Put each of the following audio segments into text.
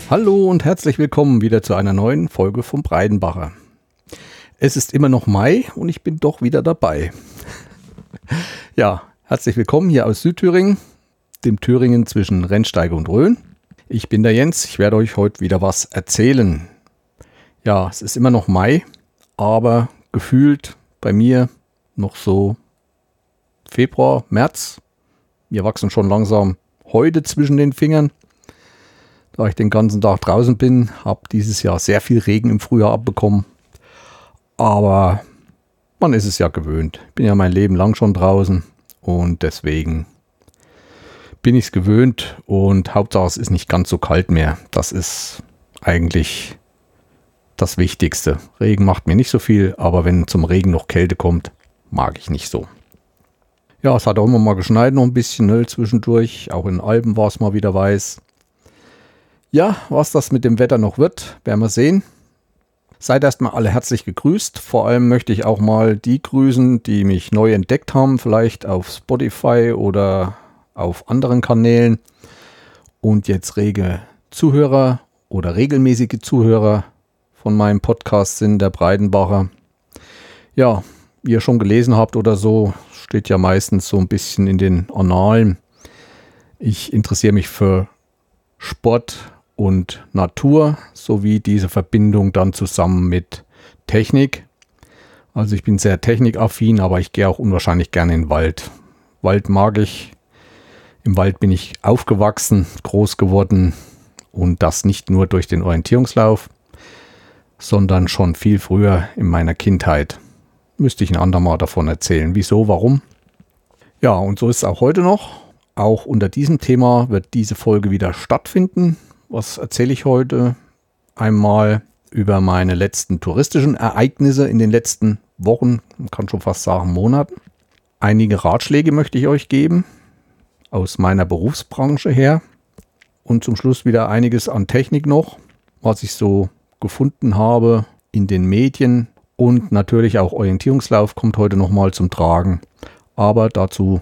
Hallo und herzlich willkommen wieder zu einer neuen Folge vom Breidenbacher. Es ist immer noch Mai und ich bin doch wieder dabei. Ja, herzlich willkommen hier aus Südthüringen, dem Thüringen zwischen Rennsteige und Rhön. Ich bin der Jens, ich werde euch heute wieder was erzählen. Ja, es ist immer noch Mai, aber gefühlt bei mir noch so Februar, März. Mir wachsen schon langsam Häute zwischen den Fingern. Da ich den ganzen Tag draußen bin, habe dieses Jahr sehr viel Regen im Frühjahr abbekommen. Aber man ist es ja gewöhnt. Ich bin ja mein Leben lang schon draußen und deswegen bin ich es gewöhnt. Und Hauptsache es ist nicht ganz so kalt mehr. Das ist eigentlich das Wichtigste. Regen macht mir nicht so viel, aber wenn zum Regen noch Kälte kommt, mag ich nicht so. Ja, es hat auch immer mal geschneit noch ein bisschen, ne, zwischendurch. Auch in den Alpen war es mal wieder weiß. Ja, was das mit dem Wetter noch wird, werden wir sehen. Seid erstmal alle herzlich gegrüßt. Vor allem möchte ich auch mal die grüßen, die mich neu entdeckt haben, vielleicht auf Spotify oder auf anderen Kanälen und jetzt rege Zuhörer oder regelmäßige Zuhörer von meinem Podcast sind, der Breidenbacher. Ja, wie ihr schon gelesen habt oder so, steht ja meistens so ein bisschen in den Annalen. Ich interessiere mich für Sport und Natur sowie diese Verbindung dann zusammen mit Technik. Also ich bin sehr technikaffin, aber ich gehe auch unwahrscheinlich gerne in den Wald. Wald mag ich. Im Wald bin ich aufgewachsen, groß geworden und das nicht nur durch den Orientierungslauf, sondern schon viel früher in meiner Kindheit. Müsste ich ein andermal davon erzählen. Wieso, warum? Ja, und so ist es auch heute noch. Auch unter diesem Thema wird diese Folge wieder stattfinden. Was erzähle ich heute? Einmal über meine letzten touristischen Ereignisse in den letzten Wochen, man kann schon fast sagen Monaten. Einige Ratschläge möchte ich euch geben, aus meiner Berufsbranche her. Und zum Schluss wieder einiges an Technik noch, was ich so gefunden habe in den Medien. Und natürlich auch Orientierungslauf kommt heute nochmal zum Tragen, aber dazu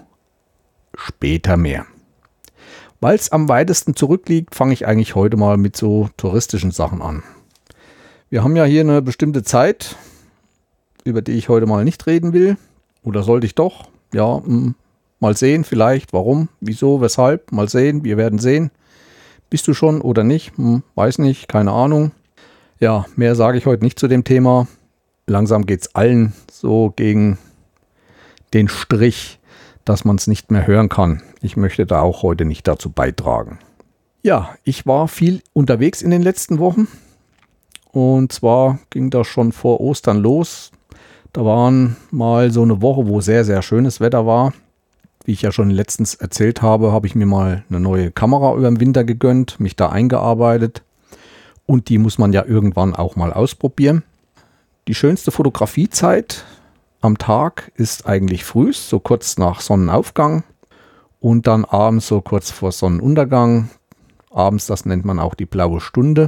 später mehr. Weil es am weitesten zurückliegt, fange ich eigentlich heute mal mit so touristischen Sachen an. Wir haben ja hier eine bestimmte Zeit, über die ich heute mal nicht reden will. Oder sollte ich doch? Ja, mal sehen vielleicht, warum, wieso, weshalb, mal sehen, wir werden sehen. Bist du schon oder nicht? Weiß nicht, keine Ahnung. Ja, mehr sage ich heute nicht zu dem Thema. Langsam geht es allen so gegen den Strich, dass man es nicht mehr hören kann. Ich möchte da auch heute nicht dazu beitragen. Ja, ich war viel unterwegs in den letzten Wochen. Und zwar ging das schon vor Ostern los. Da waren mal so eine Woche, wo sehr, sehr schönes Wetter war. Wie ich ja schon letztens erzählt habe, habe ich mir mal eine neue Kamera über den Winter gegönnt, mich da eingearbeitet. Und die muss man ja irgendwann auch mal ausprobieren. Die schönste Fotografiezeit am Tag ist eigentlich frühs, so kurz nach Sonnenaufgang und dann abends so kurz vor Sonnenuntergang. Abends, das nennt man auch die blaue Stunde.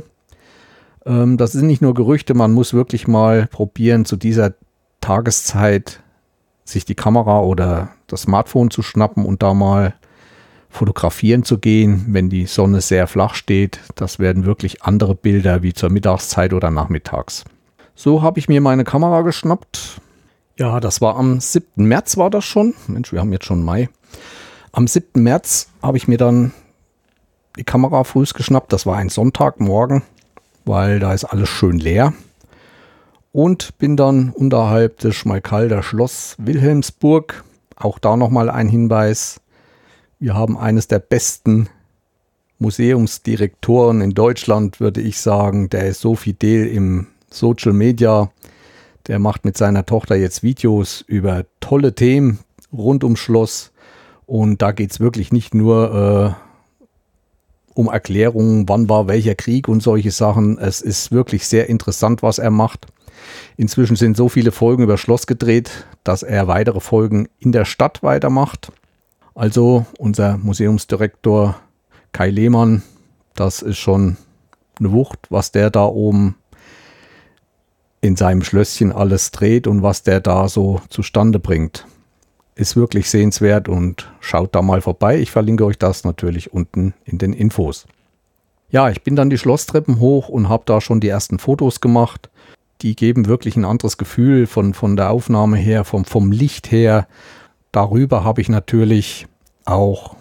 Das sind nicht nur Gerüchte, man muss wirklich mal probieren, zu dieser Tageszeit sich die Kamera oder das Smartphone zu schnappen und da mal fotografieren zu gehen, wenn die Sonne sehr flach steht. Das werden wirklich andere Bilder wie zur Mittagszeit oder nachmittags. So habe ich mir meine Kamera geschnappt. Ja, das war am 7. März war das schon. Mensch, wir haben jetzt schon Mai. Am 7. März habe ich mir dann die Kamera frühs geschnappt. Das war ein Sonntagmorgen, weil da ist alles schön leer. Und bin dann unterhalb des Schmalkalder Schloss Wilhelmsburg. Auch da nochmal ein Hinweis. Wir haben eines der besten Museumsdirektoren in Deutschland, würde ich sagen. Der ist so fidel im Social Media. Der macht mit seiner Tochter jetzt Videos über tolle Themen rund ums Schloss. Und da geht es wirklich nicht nur um Erklärungen, wann war welcher Krieg und solche Sachen. Es ist wirklich sehr interessant, was er macht. Inzwischen sind so viele Folgen über Schloss gedreht, dass er weitere Folgen in der Stadt weitermacht. Also unser Museumsdirektor Kai Lehmann, das ist schon eine Wucht, was der da oben in seinem Schlösschen alles dreht und was der da so zustande bringt. Ist wirklich sehenswert und schaut da mal vorbei. Ich verlinke euch das natürlich unten in den Infos. Ja, ich bin dann die Schlosstreppen hoch und habe da schon die ersten Fotos gemacht. Die geben wirklich ein anderes Gefühl von der Aufnahme her, vom Licht her. Darüber habe ich natürlich auch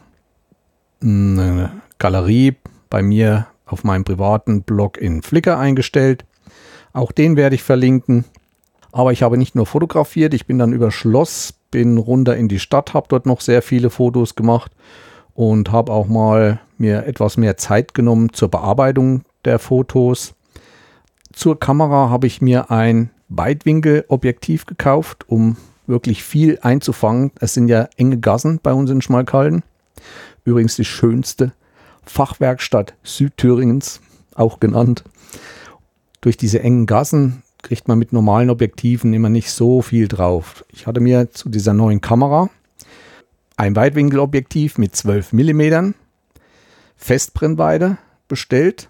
eine Galerie bei mir auf meinem privaten Blog in Flickr eingestellt. Auch den werde ich verlinken. Aber ich habe nicht nur fotografiert, ich bin dann über Schloss, bin runter in die Stadt, habe dort noch sehr viele Fotos gemacht und habe auch mal mir etwas mehr Zeit genommen zur Bearbeitung der Fotos. Zur Kamera habe ich mir ein Weitwinkelobjektiv gekauft, um wirklich viel einzufangen. Es sind ja enge Gassen bei uns in Schmalkalden. Übrigens die schönste Fachwerkstatt Südthüringens, auch genannt. Durch diese engen Gassen kriegt man mit normalen Objektiven immer nicht so viel drauf. Ich hatte mir zu dieser neuen Kamera ein Weitwinkelobjektiv mit 12 mm Festbrennweite bestellt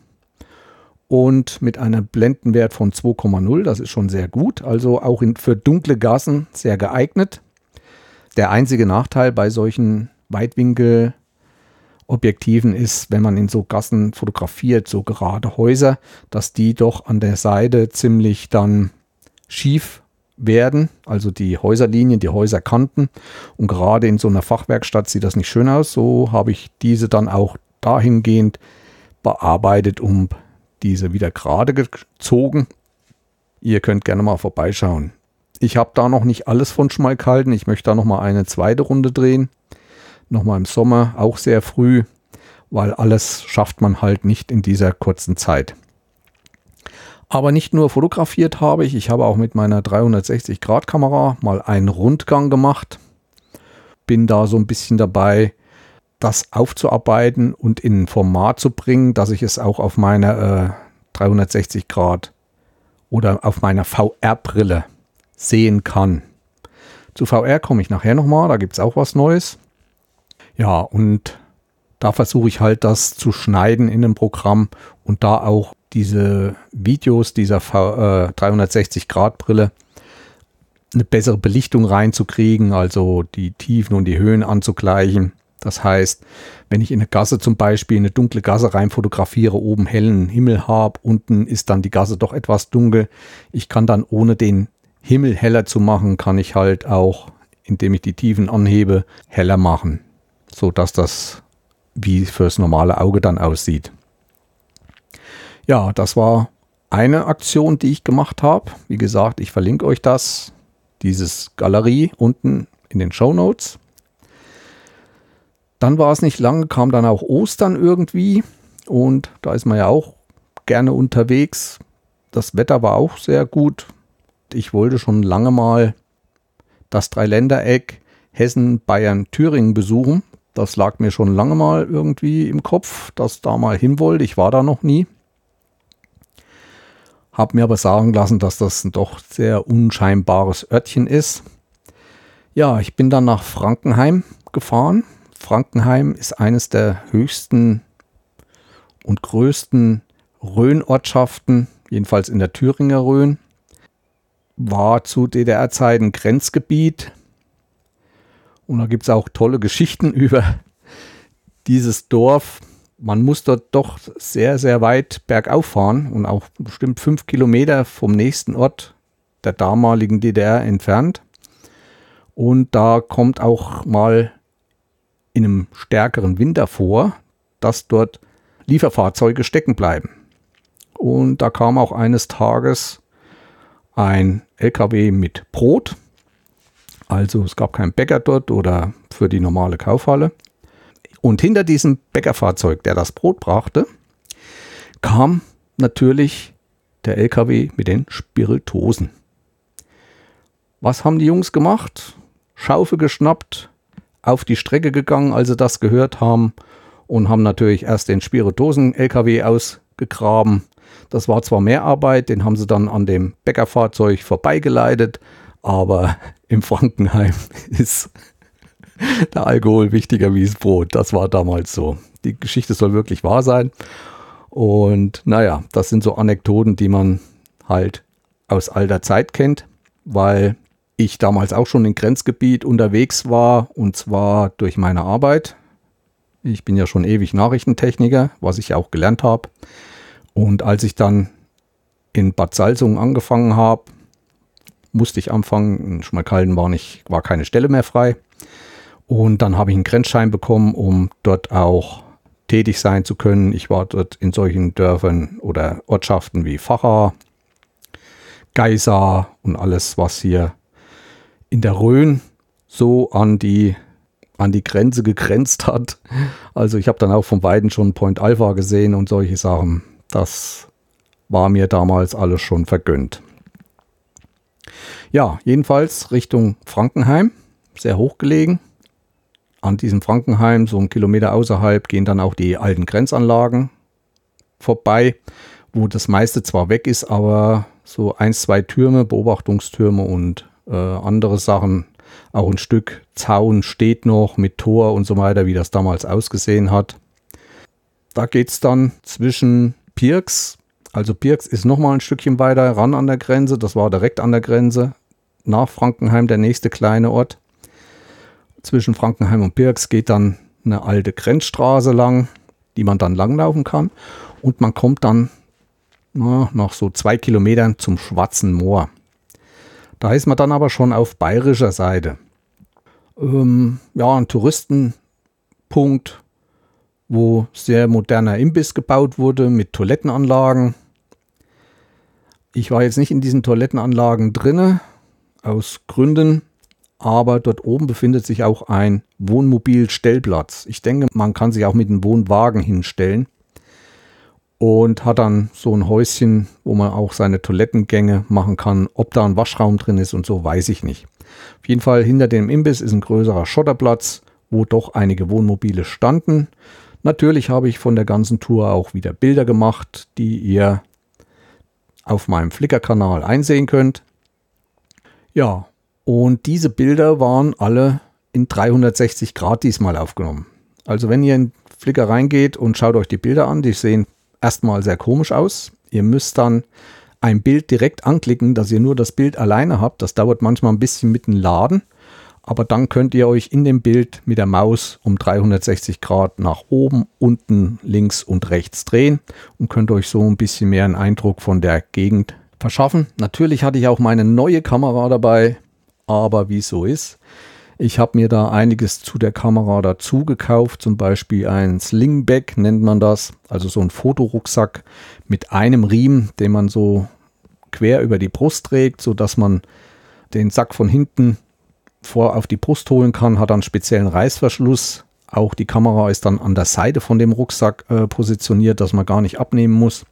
und mit einem Blendenwert von 2,0. Das ist schon sehr gut, also auch für dunkle Gassen sehr geeignet. Der einzige Nachteil bei solchen Weitwinkelobjektiven ist, wenn man in so Gassen fotografiert, so gerade Häuser, dass die doch an der Seite ziemlich dann schief werden, also die Häuserlinien, die Häuserkanten, und gerade in so einer Fachwerkstatt sieht das nicht schön aus. So habe ich diese dann auch dahingehend bearbeitet, um diese wieder gerade gezogen. Ihr könnt gerne mal vorbeischauen. Ich habe da noch nicht alles von Schmalkalden. Ich möchte da noch mal eine zweite Runde drehen. Nochmal im Sommer, auch sehr früh, weil alles schafft man halt nicht in dieser kurzen Zeit. Aber nicht nur fotografiert habe ich habe auch mit meiner 360-Grad-Kamera mal einen Rundgang gemacht. Bin da so ein bisschen dabei, das aufzuarbeiten und in ein Format zu bringen, dass ich es auch auf meiner 360 Grad oder auf meiner VR-Brille sehen kann. Zu VR komme ich nachher nochmal, da gibt es auch was Neues. Ja, und da versuche ich halt das zu schneiden in dem Programm und da auch diese Videos dieser 360-Grad-Brille eine bessere Belichtung reinzukriegen, also die Tiefen und die Höhen anzugleichen. Das heißt, wenn ich in eine Gasse zum Beispiel eine dunkle Gasse rein fotografiere, oben hellen Himmel habe, unten ist dann die Gasse doch etwas dunkel. Ich kann dann, ohne den Himmel heller zu machen, kann ich halt auch, indem ich die Tiefen anhebe, heller machen, sodass das wie fürs normale Auge dann aussieht. Ja, das war eine Aktion, die ich gemacht habe. Wie gesagt, ich verlinke euch das, dieses Galerie unten in den Shownotes. Dann war es nicht lange, kam dann auch Ostern irgendwie und da ist man ja auch gerne unterwegs. Das Wetter war auch sehr gut. Ich wollte schon lange mal das Dreiländereck Hessen, Bayern, Thüringen besuchen. Das lag mir schon lange mal irgendwie im Kopf, dass da mal hin wollte. Ich war da noch nie. Habe mir aber sagen lassen, dass das ein doch sehr unscheinbares Örtchen ist. Ja, ich bin dann nach Frankenheim gefahren. Frankenheim ist eines der höchsten und größten Rhön-Ortschaften, jedenfalls in der Thüringer Rhön. War zu DDR-Zeiten Grenzgebiet. Und da gibt es auch tolle Geschichten über dieses Dorf. Man muss dort doch sehr, sehr weit bergauf fahren und auch bestimmt 5 Kilometer vom nächsten Ort der damaligen DDR entfernt. Und da kommt auch mal in einem stärkeren Winter vor, dass dort Lieferfahrzeuge stecken bleiben. Und da kam auch eines Tages ein LKW mit Brot. Also es gab keinen Bäcker dort oder für die normale Kaufhalle. Und hinter diesem Bäckerfahrzeug, der das Brot brachte, kam natürlich der LKW mit den Spirituosen. Was haben die Jungs gemacht? Schaufel geschnappt, auf die Strecke gegangen, als sie das gehört haben, und haben natürlich erst den Spirituosen-LKW ausgegraben. Das war zwar mehr Arbeit, den haben sie dann an dem Bäckerfahrzeug vorbeigeleitet, aber im Frankenheim ist der Alkohol wichtiger wie das Brot. Das war damals so. Die Geschichte soll wirklich wahr sein. Und naja, das sind so Anekdoten, die man halt aus alter Zeit kennt, weil ich damals auch schon im Grenzgebiet unterwegs war, und zwar durch meine Arbeit. Ich bin ja schon ewig Nachrichtentechniker, was ich auch gelernt habe. Und als ich dann in Bad Salzungen angefangen habe, musste ich anfangen. In Schmalkalden war keine Stelle mehr frei. Und dann habe ich einen Grenzschein bekommen, um dort auch tätig sein zu können. Ich war dort in solchen Dörfern oder Ortschaften wie Vacha, Geisa und alles, was hier in der Rhön so an die Grenze gegrenzt hat. Also ich habe dann auch von Weiden schon Point Alpha gesehen und solche Sachen. Das war mir damals alles schon vergönnt. Ja, jedenfalls Richtung Frankenheim, sehr hoch gelegen. An diesem Frankenheim, so einen Kilometer außerhalb, gehen dann auch die alten Grenzanlagen vorbei, wo das meiste zwar weg ist, aber so 1, 2 Türme, Beobachtungstürme und andere Sachen, auch ein Stück Zaun steht noch mit Tor und so weiter, wie das damals ausgesehen hat. Da geht es dann zwischen Pirks, also Pirks ist nochmal ein Stückchen weiter ran an der Grenze, das war direkt an der Grenze, nach Frankenheim der nächste kleine Ort. Zwischen Frankenheim und Pirks geht dann eine alte Grenzstraße lang, die man dann langlaufen kann. Und man kommt dann nach so 2 Kilometern zum Schwarzen Moor. Da ist man dann aber schon auf bayerischer Seite. Ein Touristenpunkt, wo sehr moderner Imbiss gebaut wurde mit Toilettenanlagen. Ich war jetzt nicht in diesen Toilettenanlagen drinne, aus Gründen. Aber dort oben befindet sich auch ein Wohnmobilstellplatz. Ich denke, man kann sich auch mit einem Wohnwagen hinstellen und hat dann so ein Häuschen, wo man auch seine Toilettengänge machen kann. Ob da ein Waschraum drin ist und so, weiß ich nicht. Auf jeden Fall hinter dem Imbiss ist ein größerer Schotterplatz, wo doch einige Wohnmobile standen. Natürlich habe ich von der ganzen Tour auch wieder Bilder gemacht, die ihr auf meinem Flickr-Kanal einsehen könnt. Ja. Und diese Bilder waren alle in 360 Grad diesmal aufgenommen. Also wenn ihr in Flickr reingeht und schaut euch die Bilder an, die sehen erstmal sehr komisch aus. Ihr müsst dann ein Bild direkt anklicken, dass ihr nur das Bild alleine habt. Das dauert manchmal ein bisschen mit dem Laden. Aber dann könnt ihr euch in dem Bild mit der Maus um 360 Grad nach oben, unten, links und rechts drehen und könnt euch so ein bisschen mehr einen Eindruck von der Gegend verschaffen. Natürlich hatte ich auch meine neue Kamera dabei. Aber wie es so ist, ich habe mir da einiges zu der Kamera dazu gekauft, zum Beispiel ein Slingbag nennt man das, also so ein Fotorucksack mit einem Riemen, den man so quer über die Brust trägt, sodass man den Sack von hinten vor auf die Brust holen kann, hat einen speziellen Reißverschluss. Auch die Kamera ist dann an der Seite von dem Rucksack positioniert, dass man gar nicht abnehmen muss.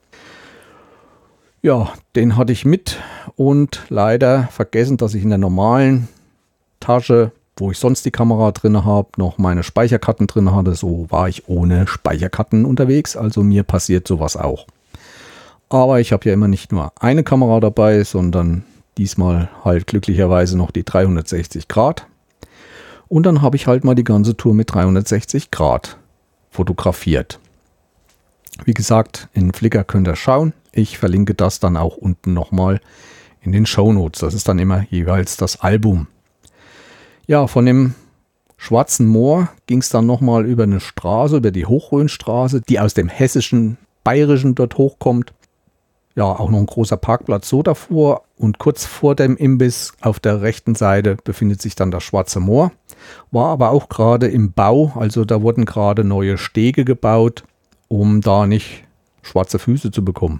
Ja, den hatte ich mit und leider vergessen, dass ich in der normalen Tasche, wo ich sonst die Kamera drin habe, noch meine Speicherkarten drin hatte. So war ich ohne Speicherkarten unterwegs, also mir passiert sowas auch. Aber ich habe ja immer nicht nur eine Kamera dabei, sondern diesmal halt glücklicherweise noch die 360 Grad. Und dann habe ich halt mal die ganze Tour mit 360 Grad fotografiert. Wie gesagt, in Flickr könnt ihr schauen. Ich verlinke das dann auch unten nochmal in den Shownotes. Das ist dann immer jeweils das Album. Ja, von dem Schwarzen Moor ging es dann nochmal über eine Straße, über die Hochrhönstraße, die aus dem hessischen, bayerischen dort hochkommt. Ja, auch noch ein großer Parkplatz so davor. Und kurz vor dem Imbiss auf der rechten Seite befindet sich dann das Schwarze Moor. War aber auch gerade im Bau, also da wurden gerade neue Stege gebaut, um da nicht schwarze Füße zu bekommen.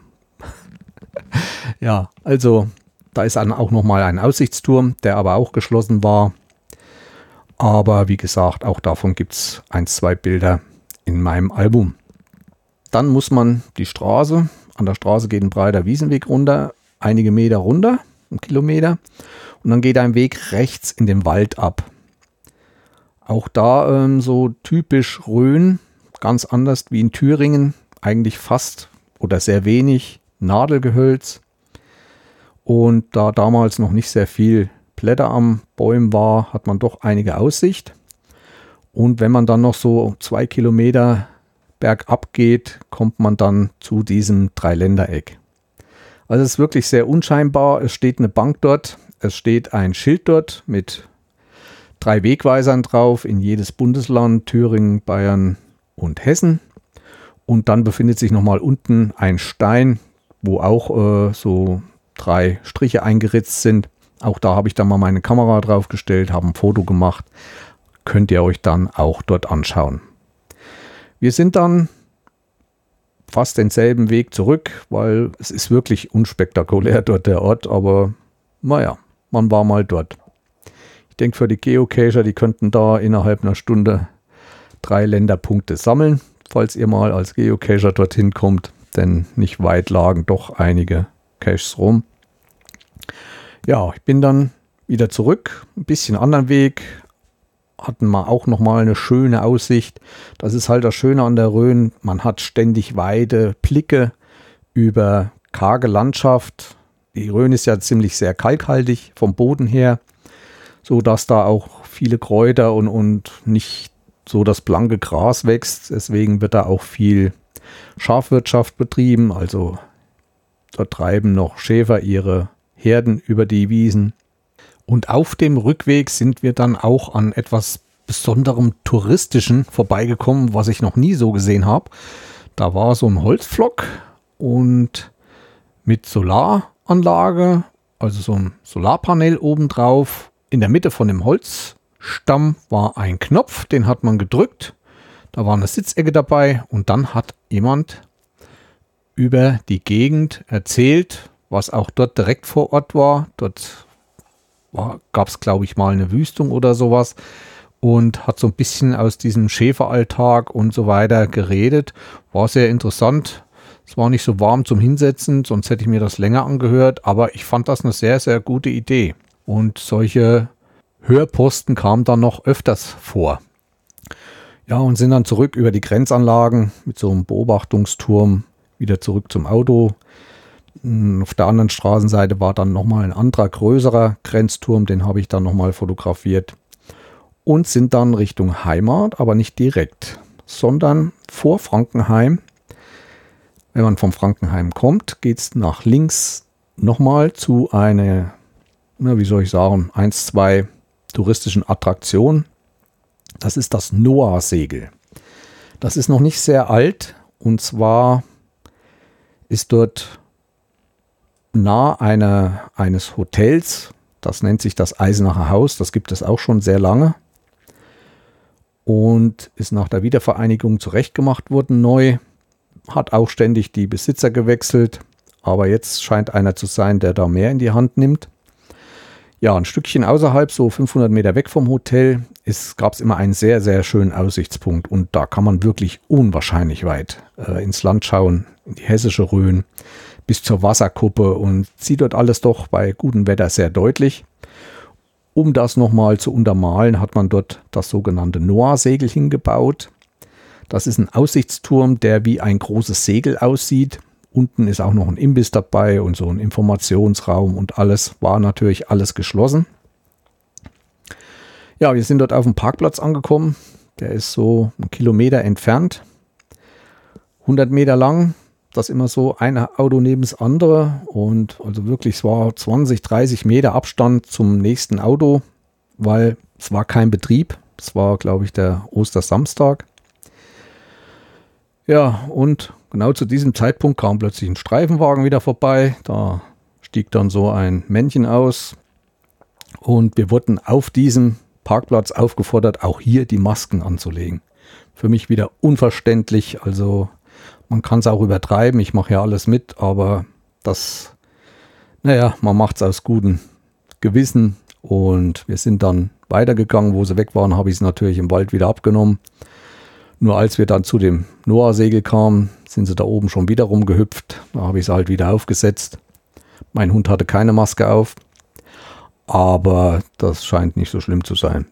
Ja, also da ist dann auch nochmal ein Aussichtsturm, der aber auch geschlossen war. Aber wie gesagt, auch davon gibt es 1, 2 Bilder in meinem Album. Dann muss man die Straße, an der Straße geht ein breiter Wiesenweg runter, einige Meter runter, 1 Kilometer. Und dann geht ein Weg rechts in den Wald ab. Auch da so typisch Rhön, ganz anders wie in Thüringen, eigentlich fast oder sehr wenig Nadelgehölz. Und da damals noch nicht sehr viel Blätter am Bäumen war, hat man doch einige Aussicht. Und wenn man dann noch so 2 Kilometer bergab geht, kommt man dann zu diesem Dreiländereck. Also es ist wirklich sehr unscheinbar. Es steht eine Bank dort, es steht ein Schild dort mit 3 Wegweisern drauf in jedes Bundesland, Thüringen, Bayern, und Hessen. Und dann befindet sich nochmal unten ein Stein, wo auch so 3 Striche eingeritzt sind. Auch da habe ich dann mal meine Kamera drauf gestellt, habe ein Foto gemacht. Könnt ihr euch dann auch dort anschauen. Wir sind dann fast denselben Weg zurück, weil es ist wirklich unspektakulär dort der Ort, aber naja, man war mal dort. Ich denke, für die Geocacher, die könnten da innerhalb einer Stunde 3 Länderpunkte sammeln, falls ihr mal als Geocacher dorthin kommt, denn nicht weit lagen doch einige Caches rum. Ja, ich bin dann wieder zurück, ein bisschen anderen Weg, hatten wir auch nochmal eine schöne Aussicht. Das ist halt das Schöne an der Rhön, man hat ständig weite Blicke über karge Landschaft. Die Rhön ist ja ziemlich sehr kalkhaltig vom Boden her, so dass da auch viele Kräuter und nicht so das blanke Gras wächst. Deswegen wird da auch viel Schafwirtschaft betrieben. Also dort treiben noch Schäfer ihre Herden über die Wiesen. Und auf dem Rückweg sind wir dann auch an etwas besonderem Touristischen vorbeigekommen, was ich noch nie so gesehen habe. Da war so ein Holzpflock und mit Solaranlage, also so ein Solarpanel obendrauf. In der Mitte von dem Holzstamm war ein Knopf, den hat man gedrückt. Da war eine Sitzecke dabei und dann hat jemand über die Gegend erzählt, was auch dort direkt vor Ort war. Dort gab es, glaube ich, mal eine Wüstung oder sowas und hat so ein bisschen aus diesem Schäferalltag und so weiter geredet. War sehr interessant. Es war nicht so warm zum Hinsetzen, sonst hätte ich mir das länger angehört, aber ich fand das eine sehr, sehr gute Idee. Und solche Hörposten kamen dann noch öfters vor. Ja, und sind dann zurück über die Grenzanlagen mit so einem Beobachtungsturm wieder zurück zum Auto. Auf der anderen Straßenseite war dann nochmal ein anderer, größerer Grenzturm, den habe ich dann nochmal fotografiert. Und sind dann Richtung Heimat, aber nicht direkt, sondern vor Frankenheim. Wenn man vom Frankenheim kommt, geht es nach links nochmal zu einer, wie soll ich sagen, 1, 2 touristischen Attraktionen. Das ist das Noah-Segel. Das ist noch nicht sehr alt und zwar ist dort nah eines Hotels, das nennt sich das Eisenacher Haus, das gibt es auch schon sehr lange und ist nach der Wiedervereinigung zurechtgemacht worden neu, hat auch ständig die Besitzer gewechselt, aber jetzt scheint einer zu sein, der da mehr in die Hand nimmt. Ja, ein Stückchen außerhalb, so 500 Meter weg vom Hotel, gab es immer einen sehr, sehr schönen Aussichtspunkt und da kann man wirklich unwahrscheinlich weit ins Land schauen, in die hessische Rhön, bis zur Wasserkuppe und sieht dort alles doch bei gutem Wetter sehr deutlich. Um das nochmal zu untermalen, hat man dort das sogenannte Noah-Segel hingebaut. Das ist ein Aussichtsturm, der wie ein großes Segel aussieht. Unten ist auch noch ein Imbiss dabei und so ein Informationsraum und alles war natürlich alles geschlossen. Ja, wir sind dort auf dem Parkplatz angekommen. Der ist so 1 Kilometer entfernt, 100 Meter lang. Das immer so ein Auto neben das andere und also wirklich, es war 20, 30 Meter Abstand zum nächsten Auto, weil es war kein Betrieb. Es war, glaube ich, der Ostersamstag. Ja, und genau zu diesem Zeitpunkt kam plötzlich ein Streifenwagen wieder vorbei. Da stieg dann so ein Männchen aus und wir wurden auf diesem Parkplatz aufgefordert, auch hier die Masken anzulegen. Für mich wieder unverständlich, also man kann es auch übertreiben, ich mache ja alles mit, aber man macht es aus gutem Gewissen und wir sind dann weitergegangen. Wo sie weg waren, habe ich es natürlich im Wald wieder abgenommen. Nur als wir dann zu dem Noah-Segel kamen, sind sie da oben schon wieder rumgehüpft. Da habe ich es halt wieder aufgesetzt. Mein Hund hatte keine Maske auf, aber das scheint nicht so schlimm zu sein.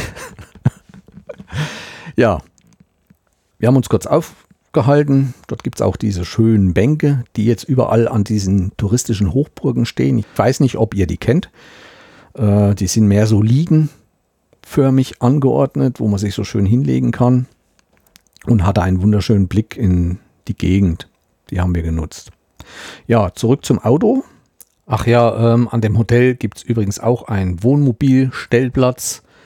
Ja, wir haben uns kurz aufgehalten. Dort gibt es auch diese schönen Bänke, die jetzt überall an diesen touristischen Hochburgen stehen. Ich weiß nicht, ob ihr die kennt. Die sind mehr so liegenförmig angeordnet, wo man sich so schön hinlegen kann. Und hatte einen wunderschönen Blick in die Gegend. Die haben wir genutzt. Ja, zurück zum Auto. Ach ja, an dem Hotel gibt es übrigens auch einen Wohnmobilstellplatz.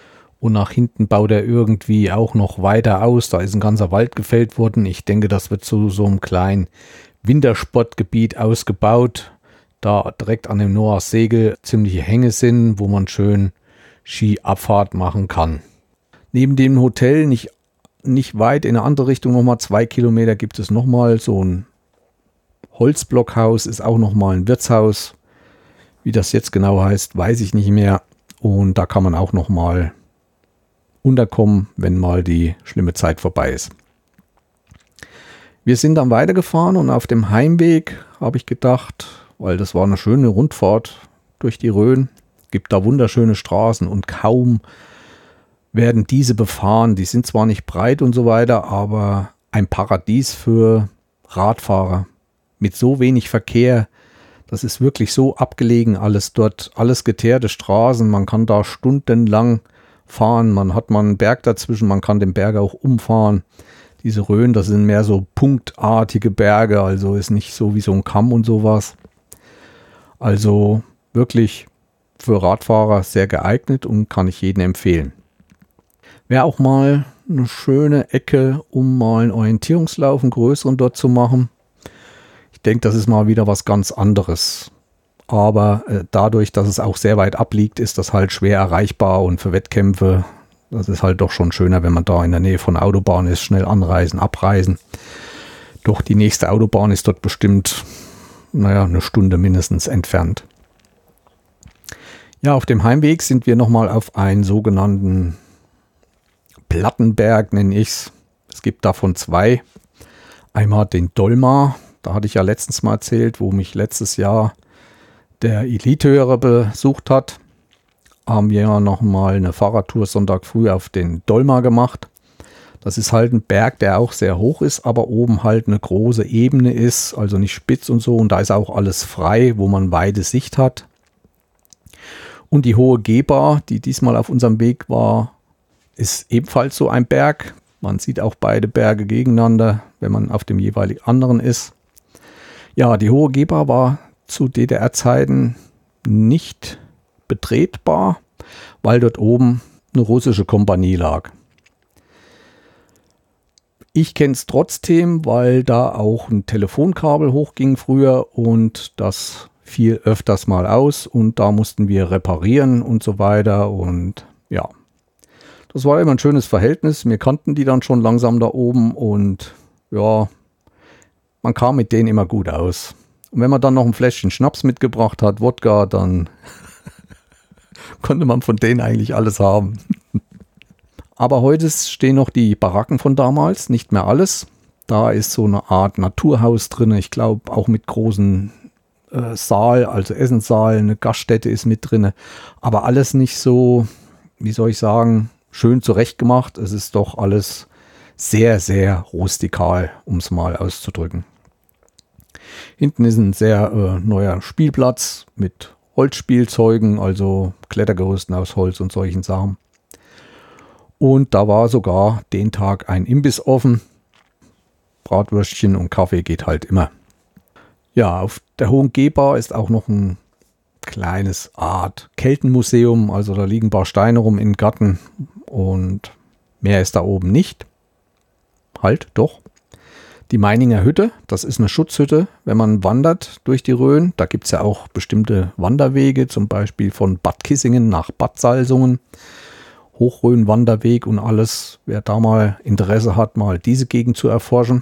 Und nach hinten baut er irgendwie auch noch weiter aus. Da ist ein ganzer Wald gefällt worden. Ich denke, das wird zu so einem kleinen Wintersportgebiet ausgebaut. Da direkt an dem Noahs Segel ziemliche Hänge sind, wo man schön Skiabfahrt machen kann. Neben dem Hotel, nicht weit in eine andere Richtung, nochmal 2 Kilometer, gibt es nochmal so ein Holzblockhaus, ist auch nochmal ein Wirtshaus. Wie das jetzt genau heißt, weiß ich nicht mehr. Und da kann man auch nochmal unterkommen, wenn mal die schlimme Zeit vorbei ist. Wir sind dann weitergefahren und auf dem Heimweg habe ich gedacht, weil das war eine schöne Rundfahrt durch die Rhön, gibt da wunderschöne Straßen und kaum werden diese befahren. Die sind zwar nicht breit und so weiter, aber ein Paradies für Radfahrer mit so wenig Verkehr. Das ist wirklich so abgelegen alles dort, alles geteerte Straßen. Man kann da stundenlang fahren, man hat mal einen Berg dazwischen, man kann den Berg auch umfahren. Diese Rhön, das sind mehr so punktartige Berge, also ist nicht so wie so ein Kamm und sowas. Also wirklich für Radfahrer sehr geeignet und kann ich jedem empfehlen. Wäre auch mal eine schöne Ecke, um mal einen Orientierungslauf, einen größeren dort zu machen. Ich denke, das ist mal wieder was ganz anderes. Aber dadurch, dass es auch sehr weit abliegt, ist das halt schwer erreichbar und für Wettkämpfe, das ist halt doch schon schöner, wenn man da in der Nähe von der Autobahn ist, schnell anreisen, abreisen. Doch die nächste Autobahn ist dort bestimmt, eine Stunde mindestens entfernt. Ja, auf dem Heimweg sind wir nochmal auf einen sogenannten Plattenberg, nenne ich es. Es gibt davon 2. Einmal den Dolmar, da hatte ich ja letztens mal erzählt, wo mich letztes Jahr der Elite-Hörer besucht hat, haben wir ja nochmal eine Fahrradtour Sonntag früh auf den Dolmar gemacht. Das ist halt ein Berg, der auch sehr hoch ist, aber oben halt eine große Ebene ist, also nicht spitz und so. Und da ist auch alles frei, wo man weite Sicht hat. Und die Hohe Geber, die diesmal auf unserem Weg war, ist ebenfalls so ein Berg. Man sieht auch beide Berge gegeneinander, wenn man auf dem jeweiligen anderen ist. Ja, die Hohe Geber war zu DDR-Zeiten nicht betretbar, weil dort oben eine russische Kompanie lag. Ich kenne es trotzdem, weil da auch ein Telefonkabel hochging früher und das fiel öfters mal aus und da mussten wir reparieren und so weiter und ja, das war immer ein schönes Verhältnis. Wir kannten die dann schon langsam da oben und ja, man kam mit denen immer gut aus. Und wenn man dann noch ein Fläschchen Schnaps mitgebracht hat, Wodka, dann konnte man von denen eigentlich alles haben. Aber heute stehen noch die Baracken von damals, nicht mehr alles. Da ist so eine Art Naturhaus drin, ich glaube auch mit großen Saal, also Essenssaal, eine Gaststätte ist mit drin. Aber alles nicht so, wie soll ich sagen, schön zurechtgemacht. Es ist doch alles sehr, sehr rustikal, um es mal auszudrücken. Hinten ist ein sehr neuer Spielplatz mit Holzspielzeugen, also Klettergerüsten aus Holz und solchen Sachen. Und da war sogar den Tag ein Imbiss offen. Bratwürstchen und Kaffee geht halt immer. Ja, auf der Hohen Geber ist auch noch ein kleines Art Keltenmuseum. Also da liegen ein paar Steine rum im Garten und mehr ist da oben nicht. Halt, doch. Die Meininger Hütte, das ist eine Schutzhütte, wenn man wandert durch die Rhön. Da gibt es ja auch bestimmte Wanderwege, zum Beispiel von Bad Kissingen nach Bad Salzungen. Hochrhön-Wanderweg und alles. Wer da mal Interesse hat, mal diese Gegend zu erforschen.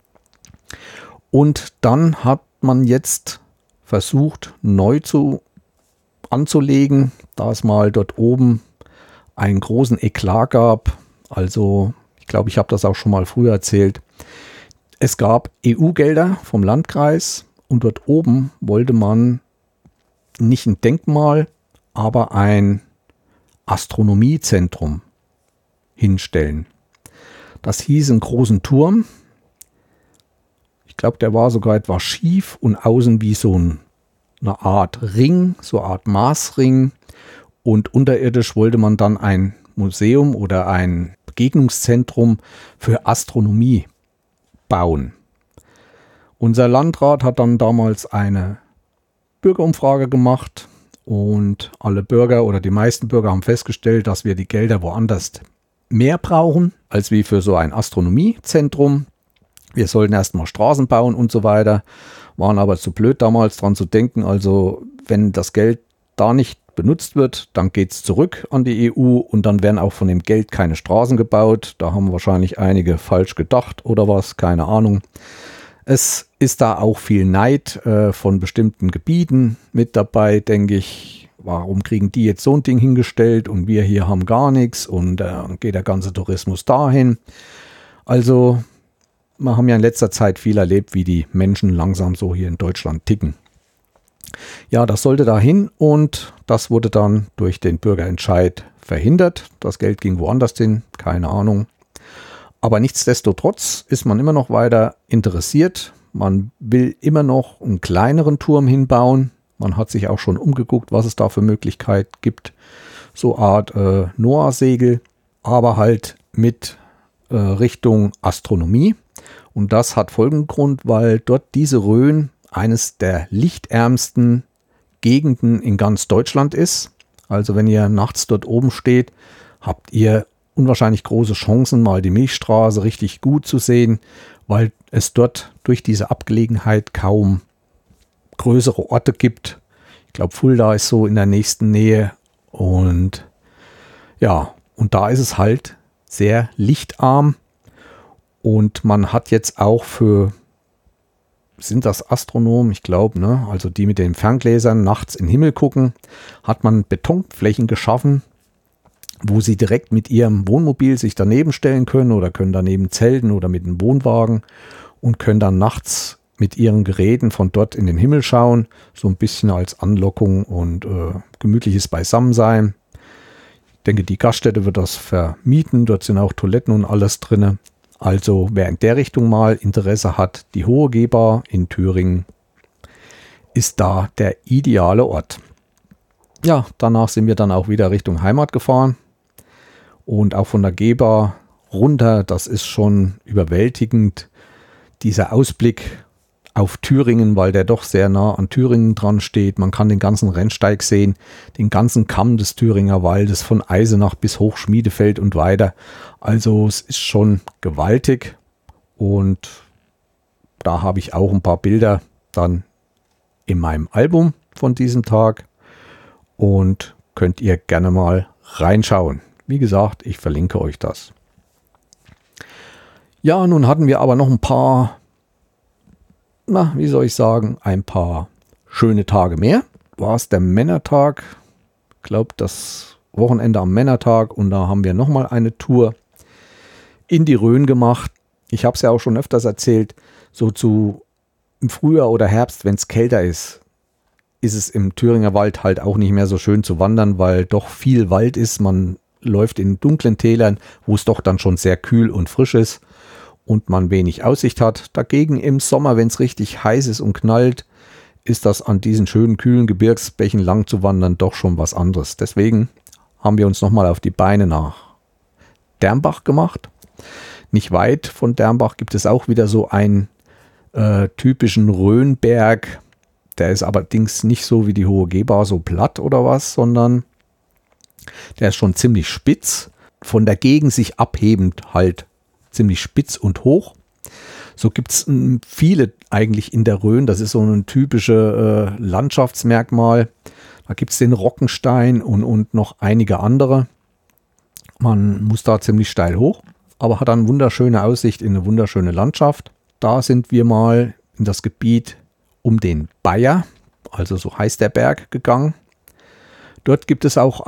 Und dann hat man jetzt versucht, neu anzulegen, da es mal dort oben einen großen Eklat gab. Also, ich glaube, ich habe das auch schon mal früher erzählt. Es gab EU-Gelder vom Landkreis und dort oben wollte man nicht ein Denkmal, aber ein Astronomiezentrum hinstellen. Das hieß einen großen Turm. Ich glaube, der war sogar etwas schief und außen wie so eine Art Ring, so eine Art Marsring. Und unterirdisch wollte man dann ein Museum oder ein Begegnungszentrum für Astronomie bauen. Unser Landrat hat dann damals eine Bürgerumfrage gemacht Und alle Bürger oder die meisten Bürger haben festgestellt, dass wir die Gelder woanders mehr brauchen, als wie für so ein Astronomiezentrum. Wir sollten erstmal Straßen bauen und so weiter, waren aber zu blöd damals dran zu denken. Also wenn das Geld da nicht benutzt wird, dann geht es zurück an die EU und dann werden auch von dem Geld keine Straßen gebaut. Da haben wahrscheinlich einige falsch gedacht oder was, keine Ahnung. Es ist da auch viel Neid von bestimmten Gebieten mit dabei, denke ich. Warum kriegen die jetzt so ein Ding hingestellt und wir hier haben gar nichts und geht der ganze Tourismus dahin. Also wir haben ja in letzter Zeit viel erlebt, wie die Menschen langsam so hier in Deutschland ticken. Ja, das sollte dahin und das wurde dann durch den Bürgerentscheid verhindert. Das Geld ging woanders hin, keine Ahnung. Aber nichtsdestotrotz ist man immer noch weiter interessiert. Man will immer noch einen kleineren Turm hinbauen. Man hat sich auch schon umgeguckt, was es da für Möglichkeiten gibt. So Art Noah-Segel, aber halt mit Richtung Astronomie. Und das hat folgenden Grund, weil dort diese Rhön eines der lichtärmsten Gegenden in ganz Deutschland ist. Also wenn ihr nachts dort oben steht, habt ihr unwahrscheinlich große Chancen, mal die Milchstraße richtig gut zu sehen, weil es dort durch diese Abgelegenheit kaum größere Orte gibt. Ich glaube, Fulda ist so in der nächsten Nähe und ja, und da ist es halt sehr lichtarm und man hat jetzt auch sind das Astronomen, ich glaube, ne? Also die mit den Ferngläsern nachts in den Himmel gucken, hat man Betonflächen geschaffen, wo sie direkt mit ihrem Wohnmobil sich daneben stellen können oder können daneben zelten oder mit einem Wohnwagen und können dann nachts mit ihren Geräten von dort in den Himmel schauen, so ein bisschen als Anlockung und gemütliches Beisammensein. Ich denke, die Gaststätte wird das vermieten, dort sind auch Toiletten und alles drin. Also wer in der Richtung mal Interesse hat, die Hohe Gehbar in Thüringen ist da der ideale Ort. Ja, danach sind wir dann auch wieder Richtung Heimat gefahren und auch von der Gehbar runter, das ist schon überwältigend, dieser Ausblick auf Thüringen, weil der doch sehr nah an Thüringen dran steht. Man kann den ganzen Rennsteig sehen, den ganzen Kamm des Thüringer Waldes von Eisenach bis hoch Schmiedefeld und weiter. Also es ist schon gewaltig und da habe ich auch ein paar Bilder dann in meinem Album von diesem Tag und könnt ihr gerne mal reinschauen. Wie gesagt, ich verlinke euch das. Ja, nun hatten wir aber noch ein paar ein paar schöne Tage mehr. War es der Männertag? Ich glaube, das Wochenende am Männertag und da haben wir nochmal eine Tour in die Rhön gemacht. Ich habe es ja auch schon öfters erzählt, im Frühjahr oder Herbst, wenn es kälter ist es im Thüringer Wald halt auch nicht mehr so schön zu wandern, weil doch viel Wald ist. Man läuft in dunklen Tälern, wo es doch dann schon sehr kühl und frisch ist und man wenig Aussicht hat. Dagegen im Sommer, wenn es richtig heiß ist und knallt, ist das an diesen schönen kühlen Gebirgsbächen lang zu wandern doch schon was anderes. Deswegen haben wir uns nochmal auf die Beine nach Dermbach gemacht. Nicht weit von Dermbach gibt es auch wieder so einen typischen Rhönberg. Der ist allerdings nicht so wie die Hohe Gehbar so platt oder was, sondern der ist schon ziemlich spitz. Von der Gegend sich abhebend halt ziemlich spitz und hoch. So gibt es viele eigentlich in der Rhön. Das ist so ein typisches Landschaftsmerkmal. Da gibt es den Rockenstein und noch einige andere. Man muss da ziemlich steil hoch, aber hat dann wunderschöne Aussicht in eine wunderschöne Landschaft. Da sind wir mal in das Gebiet um den Bayer, also so heißt der Berg, gegangen. Dort gibt es auch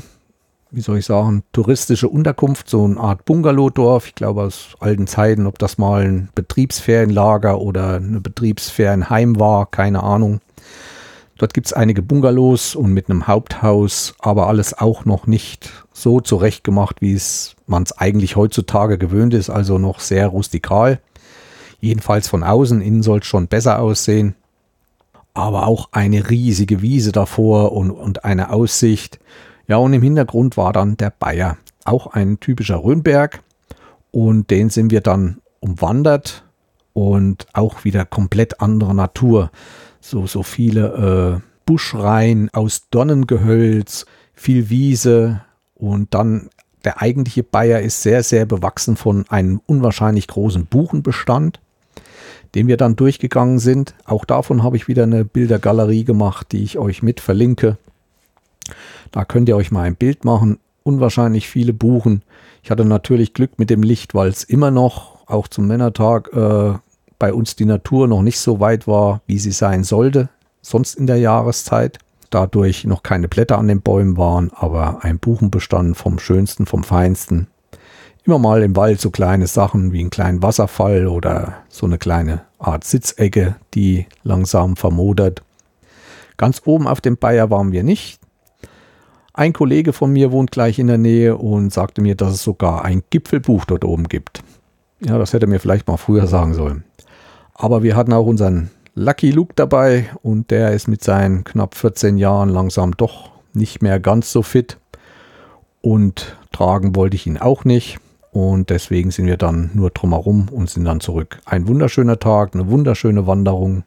touristische Unterkunft, so eine Art Bungalowdorf. Ich glaube aus alten Zeiten, ob das mal ein Betriebsferienlager oder eine Betriebsferienheim war, keine Ahnung. Dort gibt es einige Bungalows und mit einem Haupthaus, aber alles auch noch nicht so zurechtgemacht, wie man es eigentlich heutzutage gewöhnt ist, also noch sehr rustikal. Jedenfalls von außen, innen soll es schon besser aussehen. Aber auch eine riesige Wiese davor und eine Aussicht. Ja, und im Hintergrund war dann der Bayer, auch ein typischer Rhönberg. Und den sind wir dann umwandert und auch wieder komplett andere Natur. So viele buschrein aus Dornengehölz, viel Wiese und dann der eigentliche Bayer ist sehr, sehr bewachsen von einem unwahrscheinlich großen Buchenbestand, den wir dann durchgegangen sind. Auch davon habe ich wieder eine Bildergalerie gemacht, die ich euch mit verlinke. Da könnt ihr euch mal ein Bild machen. Unwahrscheinlich viele Buchen. Ich hatte natürlich Glück mit dem Licht, weil es immer noch, auch zum Männertag, bei uns die Natur noch nicht so weit war, wie sie sein sollte, sonst in der Jahreszeit. Dadurch noch keine Blätter an den Bäumen waren, aber ein Buchenbestand vom Schönsten, vom Feinsten. Immer mal im Wald so kleine Sachen wie einen kleinen Wasserfall oder so eine kleine Art Sitzecke, die langsam vermodert. Ganz oben auf dem Bayer waren wir nicht. Ein Kollege von mir wohnt gleich in der Nähe und sagte mir, dass es sogar ein Gipfelbuch dort oben gibt. Ja, das hätte mir vielleicht mal früher sagen sollen. Aber wir hatten auch unseren Lucky Luke dabei und der ist mit seinen knapp 14 Jahren langsam doch nicht mehr ganz so fit. Und tragen wollte ich ihn auch nicht. Und deswegen sind wir dann nur drumherum und sind dann zurück. Ein wunderschöner Tag, eine wunderschöne Wanderung.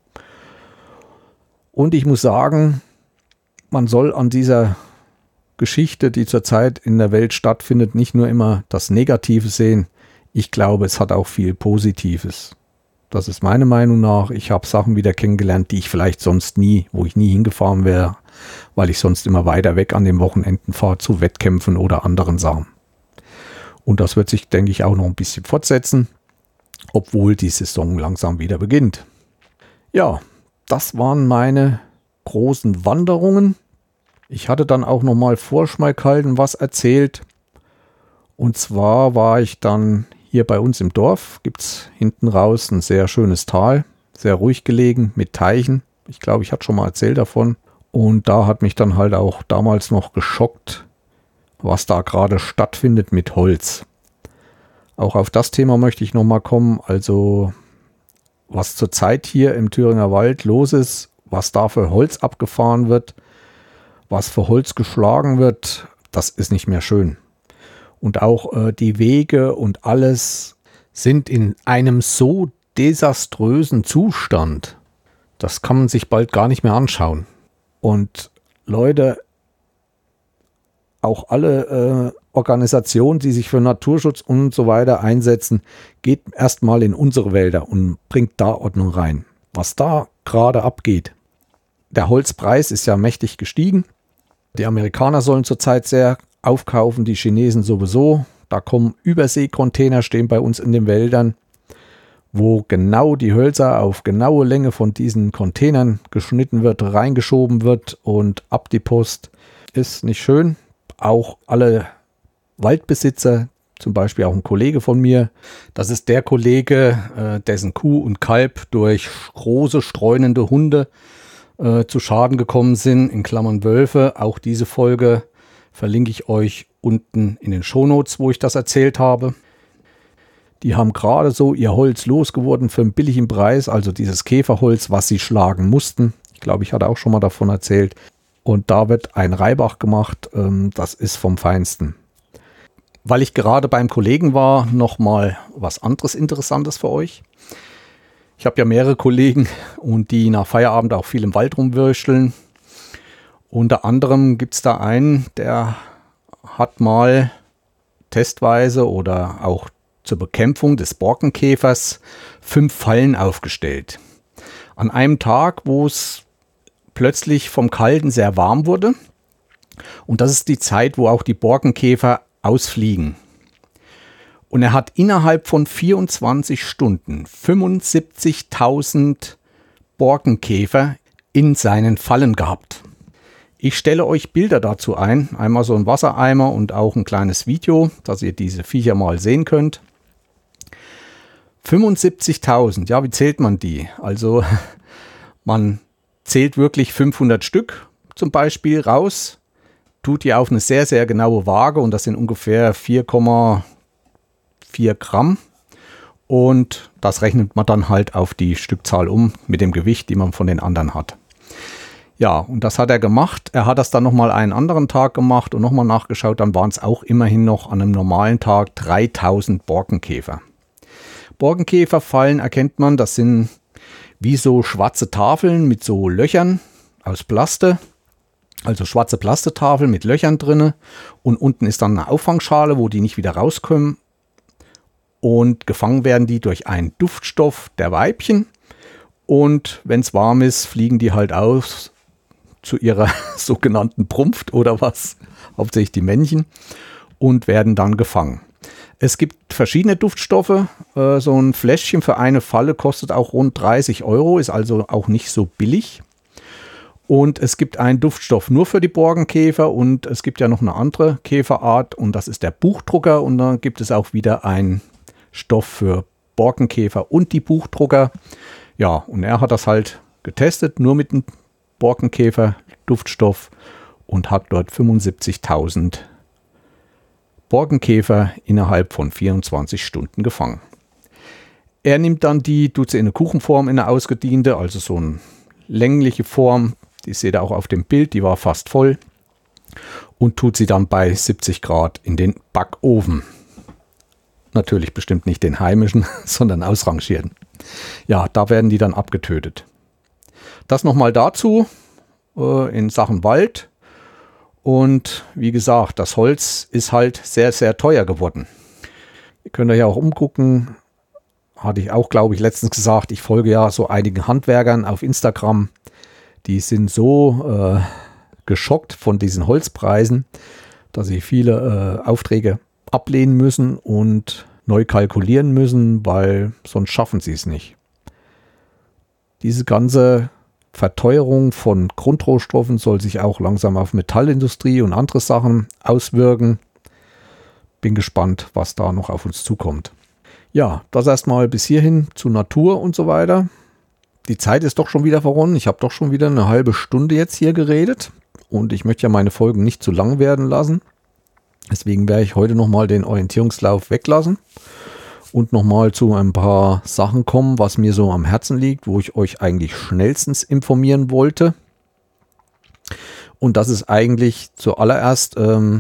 Und ich muss sagen, man soll an dieser Geschichte, die zurzeit in der Welt stattfindet, nicht nur immer das Negative sehen. Ich glaube, es hat auch viel Positives. Das ist meine Meinung nach. Ich habe Sachen wieder kennengelernt, die ich vielleicht sonst nie, wo ich nie hingefahren wäre, weil ich sonst immer weiter weg an den Wochenenden fahre zu Wettkämpfen oder anderen Sachen. Und das wird sich, denke ich, auch noch ein bisschen fortsetzen, obwohl die Saison langsam wieder beginnt. Ja, das waren meine großen Wanderungen. Ich hatte dann auch noch mal vor Schmalkalden was erzählt. Und zwar war ich dann hier bei uns im Dorf, gibt es hinten raus ein sehr schönes Tal, sehr ruhig gelegen mit Teichen. Ich glaube, ich hatte schon mal erzählt davon. Und da hat mich dann halt auch damals noch geschockt, was da gerade stattfindet mit Holz. Auch auf das Thema möchte ich noch mal kommen. Also was zurzeit hier im Thüringer Wald los ist, was da für Holz abgefahren wird, was für Holz geschlagen wird, das ist nicht mehr schön. Und auch die Wege und alles sind in einem so desaströsen Zustand, das kann man sich bald gar nicht mehr anschauen. Und Leute, auch alle Organisationen, die sich für Naturschutz und so weiter einsetzen, geht erstmal in unsere Wälder und bringt da Ordnung rein. Was da gerade abgeht. Der Holzpreis ist ja mächtig gestiegen. Die Amerikaner sollen zurzeit sehr aufkaufen, die Chinesen sowieso. Da kommen Überseekontainer, stehen bei uns in den Wäldern, wo genau die Hölzer auf genaue Länge von diesen Containern geschnitten wird, reingeschoben wird und ab die Post. Ist nicht schön. Auch alle Waldbesitzer, zum Beispiel auch ein Kollege von mir, das ist der Kollege, dessen Kuh und Kalb durch große, streunende Hunde zu Schaden gekommen sind, in Klammern Wölfe. Auch diese Folge verlinke ich euch unten in den Shownotes, wo ich das erzählt habe. Die haben gerade so ihr Holz losgeworden für einen billigen Preis, also dieses Käferholz, was sie schlagen mussten. Ich glaube, ich hatte auch schon mal davon erzählt. Und da wird ein Reibach gemacht, das ist vom Feinsten. Weil ich gerade beim Kollegen war, nochmal was anderes Interessantes für euch. Ich habe ja mehrere Kollegen und die nach Feierabend auch viel im Wald rumwürschteln. Unter anderem gibt es da einen, der hat mal testweise oder auch zur Bekämpfung des Borkenkäfers 5 Fallen aufgestellt. An einem Tag, wo es plötzlich vom Kalten sehr warm wurde. Und das ist die Zeit, wo auch die Borkenkäfer ausfliegen. Und er hat innerhalb von 24 Stunden 75.000 Borkenkäfer in seinen Fallen gehabt. Ich stelle euch Bilder dazu ein, einmal so ein Wassereimer und auch ein kleines Video, dass ihr diese Viecher mal sehen könnt. 75.000, ja, wie zählt man die? Also man zählt wirklich 500 Stück zum Beispiel raus, tut die auf eine sehr, sehr genaue Waage und das sind ungefähr 4,4 Gramm und das rechnet man dann halt auf die Stückzahl um mit dem Gewicht, die man von den anderen hat. Ja, und das hat er gemacht. Er hat das dann nochmal einen anderen Tag gemacht und nochmal nachgeschaut. Dann waren es auch immerhin noch an einem normalen Tag 3000 Borkenkäfer. Borkenkäferfallen erkennt man, das sind wie so schwarze Tafeln mit so Löchern aus Plaste, also schwarze Plastetafel mit Löchern drinne, und unten ist dann eine Auffangschale, wo die nicht wieder rauskommen, und gefangen werden die durch einen Duftstoff der Weibchen, und wenn es warm ist, fliegen die halt aus zu ihrer sogenannten Brunft oder was, hauptsächlich die Männchen, und werden dann gefangen. Es gibt verschiedene Duftstoffe. So ein Fläschchen für eine Falle kostet auch rund 30 €, ist also auch nicht so billig. Und es gibt einen Duftstoff nur für die Borkenkäfer, und es gibt ja noch eine andere Käferart, und das ist der Buchdrucker. Und dann gibt es auch wieder einen Stoff für Borkenkäfer und die Buchdrucker. Ja, und er hat das halt getestet, nur mit dem Borkenkäfer-Duftstoff, und hat dort 75.000 Borkenkäfer innerhalb von 24 Stunden gefangen. Er nimmt dann die, tut sie in eine Kuchenform, in eine ausgediente, also so eine längliche Form, die seht ihr auch auf dem Bild, die war fast voll, und tut sie dann bei 70 Grad in den Backofen. Natürlich bestimmt nicht den heimischen, sondern ausrangierten. Ja, da werden die dann abgetötet. Das nochmal dazu in Sachen Wald. Und wie gesagt, das Holz ist halt sehr, sehr teuer geworden. Ihr könnt euch ja auch umgucken. Hatte ich auch, glaube ich, letztens gesagt. Ich folge ja so einigen Handwerkern auf Instagram. Die sind so geschockt von diesen Holzpreisen, dass sie viele Aufträge ablehnen müssen und neu kalkulieren müssen, weil sonst schaffen sie es nicht. Diese ganze Verteuerung von Grundrohstoffen soll sich auch langsam auf Metallindustrie und andere Sachen auswirken. Bin gespannt, was da noch auf uns zukommt. Ja, das erstmal bis hierhin zu Natur und so weiter. Die Zeit ist doch schon wieder verronnen. Ich habe doch schon wieder eine halbe Stunde jetzt hier geredet. Und ich möchte ja meine Folgen nicht zu lang werden lassen. Deswegen werde ich heute nochmal den Orientierungslauf weglassen und nochmal zu ein paar Sachen kommen, was mir so am Herzen liegt, wo ich euch eigentlich schnellstens informieren wollte. Und das ist eigentlich zuallererst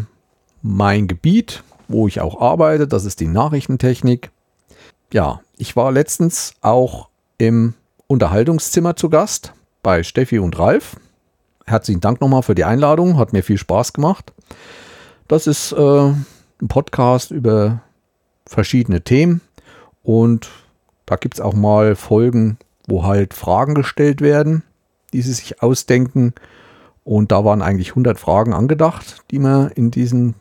mein Gebiet, wo ich auch arbeite. Das ist die Nachrichtentechnik. Ja, ich war letztens auch im Unterhaltungszimmer zu Gast bei Steffi und Ralf. Herzlichen Dank nochmal für die Einladung, hat mir viel Spaß gemacht. Das ist ein Podcast über verschiedene Themen, und da gibt es auch mal Folgen, wo halt Fragen gestellt werden, die sie sich ausdenken, und da waren eigentlich 100 Fragen angedacht, die wir in diesen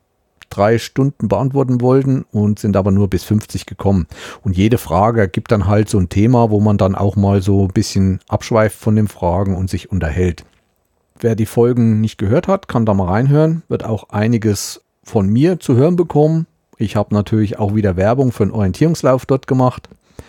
3 Stunden beantworten wollten, und sind aber nur bis 50 gekommen. Und jede Frage gibt dann halt so ein Thema, wo man dann auch mal so ein bisschen abschweift von den Fragen und sich unterhält. Wer die Folgen nicht gehört hat, kann da mal reinhören, wird auch einiges von mir zu hören bekommen. Ich habe natürlich auch wieder Werbung für einen Orientierungslauf dort gemacht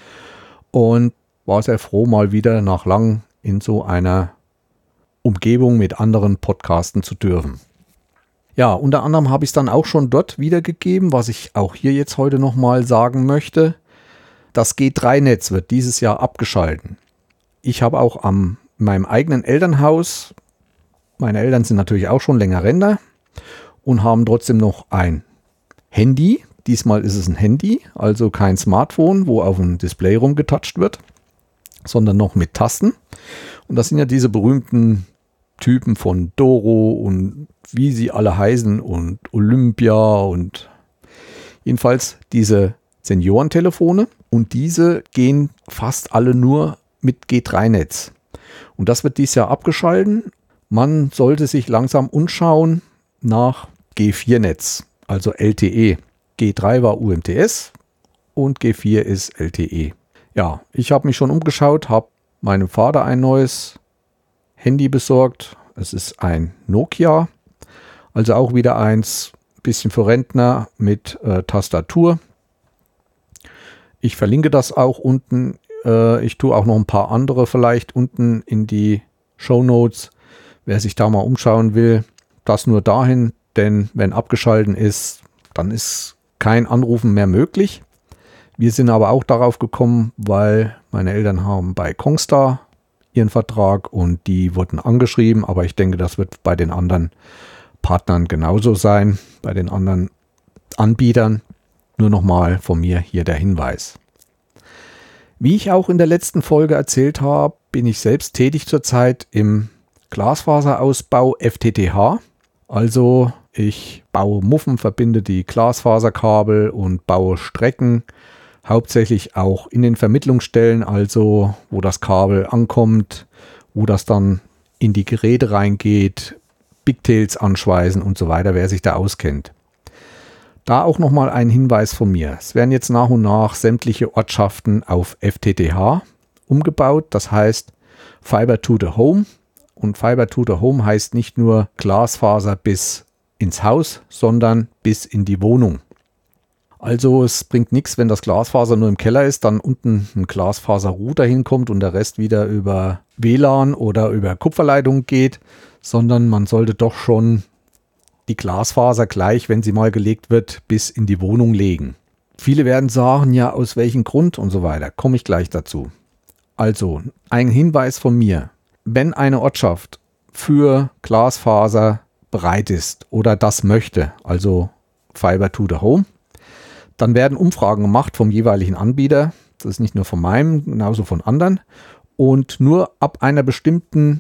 und war sehr froh, mal wieder nach lang in so einer Umgebung mit anderen Podcasten zu dürfen. Ja, unter anderem habe ich es dann auch schon dort wiedergegeben, was ich auch hier jetzt heute nochmal sagen möchte. Das G3-Netz wird dieses Jahr abgeschalten. Ich habe auch in meinem eigenen Elternhaus, meine Eltern sind natürlich auch schon länger Rentner und haben trotzdem noch ein Handy. Diesmal ist es ein Handy, also kein Smartphone, wo auf dem Display rumgetatscht wird, sondern noch mit Tasten. Und das sind ja diese berühmten Typen von Doro und wie sie alle heißen und Olympia und jedenfalls diese Seniorentelefone, und diese gehen fast alle nur mit G3-Netz. Und das wird dieses Jahr abgeschalten. Man sollte sich langsam umschauen nach G4-Netz, also LTE. G3 war UMTS und G4 ist LTE. Ja, ich habe mich schon umgeschaut, habe meinem Vater ein neues Handy besorgt. Es ist ein Nokia, also auch wieder eins, bisschen für Rentner mit Tastatur. Ich verlinke das auch unten. Ich tue auch noch ein paar andere vielleicht unten in die Shownotes. Wer sich da mal umschauen will, das nur dahin, denn wenn abgeschalten ist, dann ist kein Anrufen mehr möglich. Wir sind aber auch darauf gekommen, weil meine Eltern haben bei Kongstar ihren Vertrag und die wurden angeschrieben, aber ich denke, das wird bei den anderen Partnern genauso sein, bei den anderen Anbietern. Nur nochmal von mir hier der Hinweis. Wie ich auch in der letzten Folge erzählt habe, bin ich selbst tätig zurzeit im Glasfaserausbau FTTH. Also ich baue Muffen, verbinde die Glasfaserkabel und baue Strecken, hauptsächlich auch in den Vermittlungsstellen, also wo das Kabel ankommt, wo das dann in die Geräte reingeht, Pigtails anschweißen und so weiter, wer sich da auskennt. Da auch nochmal ein Hinweis von mir. Es werden jetzt nach und nach sämtliche Ortschaften auf FTTH umgebaut, das heißt Fiber to the Home. Und Fiber to the Home heißt nicht nur Glasfaser bis ins Haus, sondern bis in die Wohnung. Also es bringt nichts, wenn das Glasfaser nur im Keller ist, dann unten ein Glasfaserrouter hinkommt und der Rest wieder über WLAN oder über Kupferleitung geht, sondern man sollte doch schon die Glasfaser gleich, wenn sie mal gelegt wird, bis in die Wohnung legen. Viele werden sagen, ja, aus welchem Grund und so weiter. Komme ich gleich dazu. Also, ein Hinweis von mir. Wenn eine Ortschaft für Glasfaser bereit ist oder das möchte, also Fiber to the Home, dann werden Umfragen gemacht vom jeweiligen Anbieter. Das ist nicht nur von meinem, genauso von anderen. Und nur ab einer bestimmten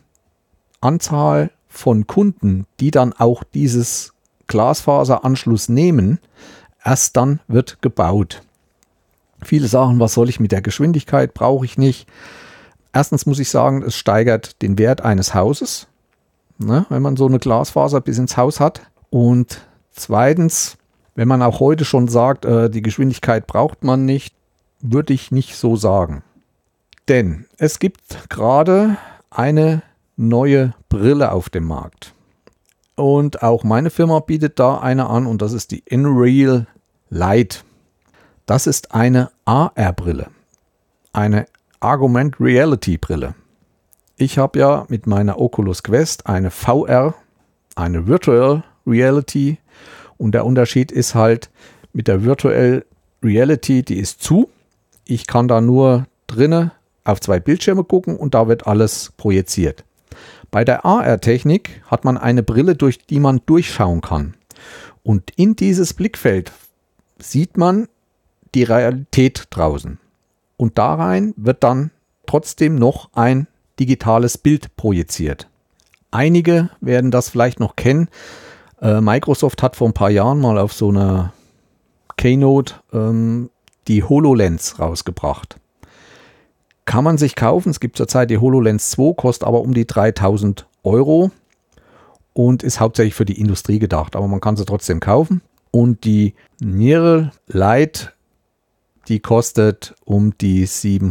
Anzahl von Kunden, die dann auch dieses Glasfaseranschluss nehmen, erst dann wird gebaut. Viele sagen, was soll ich mit der Geschwindigkeit, brauche ich nicht. Erstens muss ich sagen, es steigert den Wert eines Hauses, ne, wenn man so eine Glasfaser bis ins Haus hat. Und zweitens, wenn man auch heute schon sagt, die Geschwindigkeit braucht man nicht, würde ich nicht so sagen. Denn es gibt gerade eine neue Brille auf dem Markt. Und auch meine Firma bietet da eine an und das ist die InReal Lite. Das ist eine AR-Brille, eine Augmented Reality Brille. Ich habe ja mit meiner Oculus Quest eine VR, eine Virtual Reality, und der Unterschied ist halt mit der Virtual Reality, die ist zu. Ich kann da nur drinnen auf 2 Bildschirme gucken und da wird alles projiziert. Bei der AR-Technik hat man eine Brille, durch die man durchschauen kann. Und in dieses Blickfeld sieht man die Realität draußen. Und da rein wird dann trotzdem noch ein digitales Bild projiziert. Einige werden das vielleicht noch kennen. Microsoft hat vor ein paar Jahren mal auf so einer Keynote die HoloLens rausgebracht. Kann man sich kaufen. Es gibt zurzeit die HoloLens 2, kostet aber um die 3.000 € und ist hauptsächlich für die Industrie gedacht. Aber man kann sie trotzdem kaufen. Und die InReal Lite, die kostet um die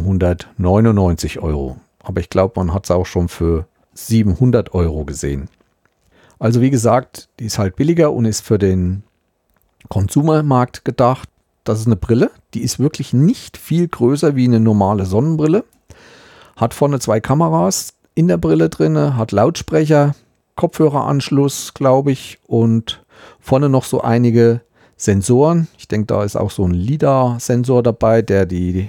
799 €. Aber ich glaube, man hat es auch schon für 700 € gesehen. Also wie gesagt, die ist halt billiger und ist für den Konsumermarkt gedacht. Das ist eine Brille, die ist wirklich nicht viel größer wie eine normale Sonnenbrille. Hat vorne 2 Kameras in der Brille drin, hat Lautsprecher, Kopfhöreranschluss, glaube ich, und vorne noch so einige Sensoren. Ich denke, da ist auch so ein LiDAR-Sensor dabei, der die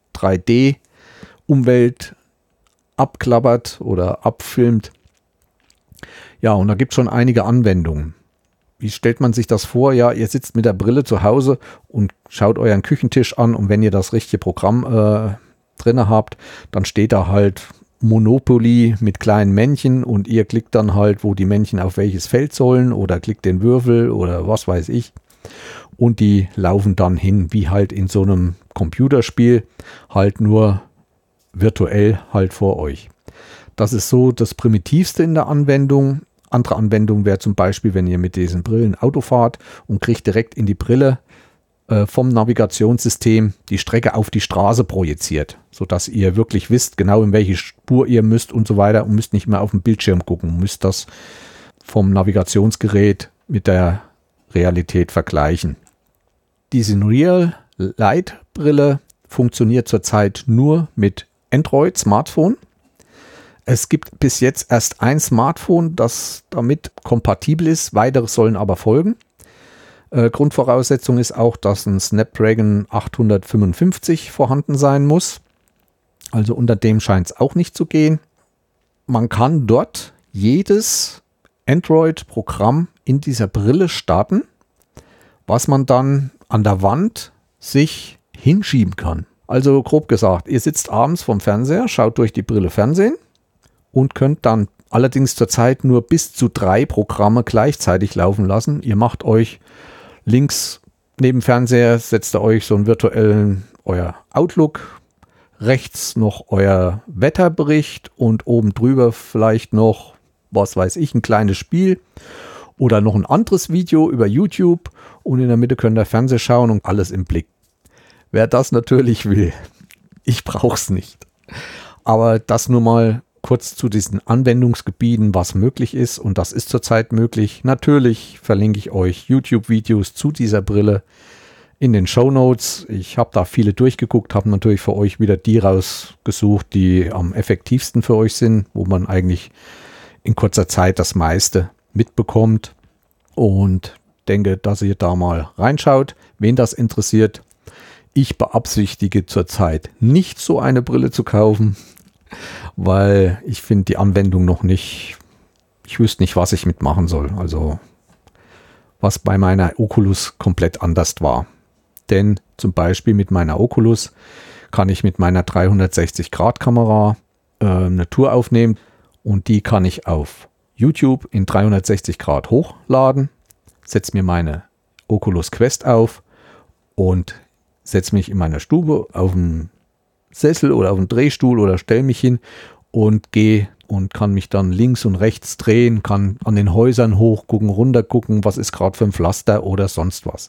3D-Umwelt abklappert oder abfilmt. Ja, und da gibt es schon einige Anwendungen. Wie stellt man sich das vor? Ja, ihr sitzt mit der Brille zu Hause und schaut euren Küchentisch an und wenn ihr das richtige Programm drin habt, dann steht da halt Monopoly mit kleinen Männchen und ihr klickt dann halt, wo die Männchen auf welches Feld sollen oder klickt den Würfel oder was weiß ich. Und die laufen dann hin, wie halt in so einem Computerspiel, halt nur virtuell halt vor euch. Das ist so das Primitivste in der Anwendung. Andere Anwendung wäre zum Beispiel, wenn ihr mit diesen Brillen Auto fahrt und kriegt direkt in die Brille vom Navigationssystem die Strecke auf die Straße projiziert, sodass ihr wirklich wisst, genau in welche Spur ihr müsst und so weiter und müsst nicht mehr auf den Bildschirm gucken, müsst das vom Navigationsgerät mit der Realität vergleichen. Diese InReal Lite Brille funktioniert zurzeit nur mit Android Smartphone. Es gibt bis jetzt erst ein Smartphone, das damit kompatibel ist. Weitere sollen aber folgen. Grundvoraussetzung ist auch, dass ein Snapdragon 855 vorhanden sein muss. Also unter dem scheint es auch nicht zu gehen. Man kann dort jedes Android-Programm in dieser Brille starten, was man dann an der Wand sich hinschieben kann. Also grob gesagt, ihr sitzt abends vorm Fernseher, schaut durch die Brille Fernsehen und könnt dann allerdings zurzeit nur bis zu 3 Programme gleichzeitig laufen lassen. Ihr macht euch links neben Fernseher, setzt ihr euch so einen virtuellen, euer Outlook, rechts noch euer Wetterbericht und oben drüber vielleicht noch, was weiß ich, ein kleines Spiel oder noch ein anderes Video über YouTube und in der Mitte könnt ihr Fernsehen schauen und alles im Blick. Wer das natürlich will, ich brauche es nicht. Aber das nur mal kurz zu diesen Anwendungsgebieten, was möglich ist, und das ist zurzeit möglich. Natürlich verlinke ich euch YouTube-Videos zu dieser Brille in den Shownotes. Ich habe da viele durchgeguckt, habe natürlich für euch wieder die rausgesucht, die am effektivsten für euch sind, wo man eigentlich in kurzer Zeit das meiste mitbekommt, und denke, dass ihr da mal reinschaut, wen das interessiert. Ich beabsichtige zurzeit nicht so eine Brille zu kaufen, weil ich finde die Anwendung noch nicht, ich wüsste nicht, was ich mitmachen soll. Also was bei meiner Oculus komplett anders war. Denn zum Beispiel mit meiner Oculus kann ich mit meiner 360-Grad-Kamera eine Tour aufnehmen und die kann ich auf YouTube in 360 Grad hochladen, setze mir meine Oculus Quest auf und setze mich in meiner Stube auf einen Sessel oder auf einen Drehstuhl oder stelle mich hin und gehe und kann mich dann links und rechts drehen, kann an den Häusern hochgucken, runter gucken, was ist gerade für ein Pflaster oder sonst was.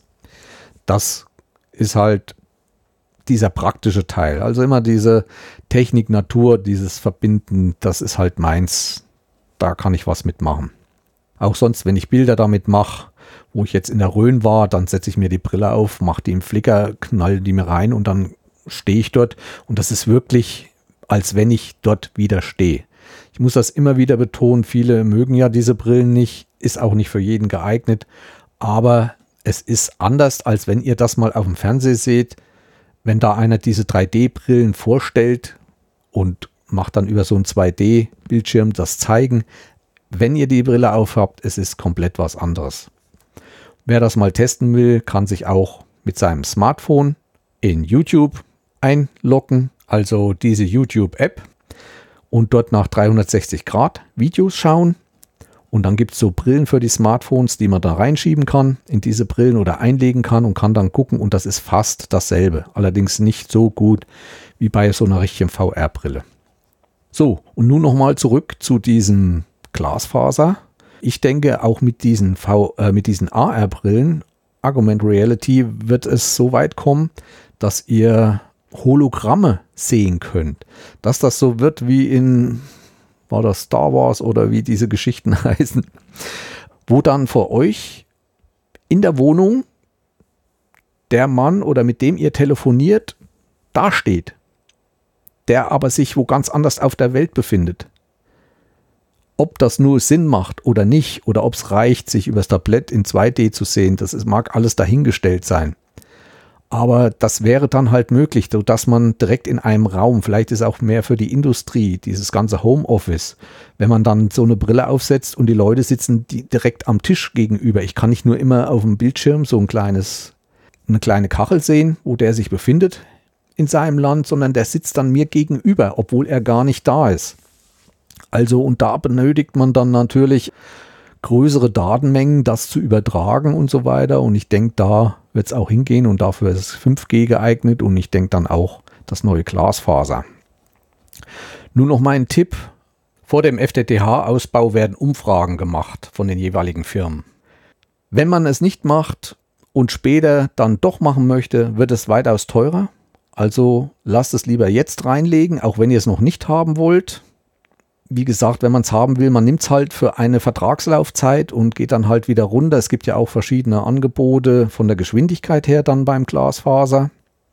Das ist halt dieser praktische Teil. Also immer diese Technik, Natur, dieses Verbinden, das ist halt meins. Da kann ich was mitmachen. Auch sonst, wenn ich Bilder damit mache, wo ich jetzt in der Rhön war, dann setze ich mir die Brille auf, mache die im Flicker, knall die mir rein und dann stehe ich dort. Und das ist wirklich, als wenn ich dort wieder stehe. Ich muss das immer wieder betonen, viele mögen ja diese Brillen nicht, ist auch nicht für jeden geeignet, aber es ist anders, als wenn ihr das mal auf dem Fernseher seht, wenn da einer diese 3D-Brillen vorstellt und macht dann über so einen 2D-Bildschirm das zeigen. Wenn ihr die Brille aufhabt, es ist komplett was anderes. Wer das mal testen will, kann sich auch mit seinem Smartphone in YouTube einloggen, also diese YouTube-App, und dort nach 360 Grad Videos schauen. Und dann gibt es so Brillen für die Smartphones, die man da reinschieben kann, in diese Brillen oder einlegen kann und kann dann gucken. Und das ist fast dasselbe. Allerdings nicht so gut wie bei so einer richtigen VR-Brille. So, und nun nochmal zurück zu diesem Glasfaser. Ich denke, auch mit diesen AR-Brillen, Augmented Reality, wird es so weit kommen, dass ihr Hologramme sehen könnt. Dass das so wird wie in... war das Star Wars oder wie diese Geschichten heißen, wo dann vor euch in der Wohnung der Mann oder mit dem ihr telefoniert, dasteht, der aber sich wo ganz anders auf der Welt befindet. Ob das nur Sinn macht oder nicht, oder ob es reicht, sich übers Tablett in 2D zu sehen, mag alles dahingestellt sein. Aber das wäre dann halt möglich, sodass man direkt in einem Raum, vielleicht ist auch mehr für die Industrie, dieses ganze Homeoffice, wenn man dann so eine Brille aufsetzt und die Leute sitzen direkt am Tisch gegenüber. Ich kann nicht nur immer auf dem Bildschirm so eine kleine Kachel sehen, wo der sich befindet in seinem Land, sondern der sitzt dann mir gegenüber, obwohl er gar nicht da ist. Also, und da benötigt man dann natürlich größere Datenmengen, das zu übertragen und so weiter. Und ich denke, da wird es auch hingehen und dafür ist es 5G geeignet und ich denke dann auch das neue Glasfaser. Nun noch mein Tipp. Vor dem FTTH-Ausbau werden Umfragen gemacht von den jeweiligen Firmen. Wenn man es nicht macht und später dann doch machen möchte, wird es weitaus teurer. Also lasst es lieber jetzt reinlegen, auch wenn ihr es noch nicht haben wollt. Wie gesagt, wenn man es haben will, man nimmt es halt für eine Vertragslaufzeit und geht dann halt wieder runter. Es gibt ja auch verschiedene Angebote von der Geschwindigkeit her dann beim Glasfaser.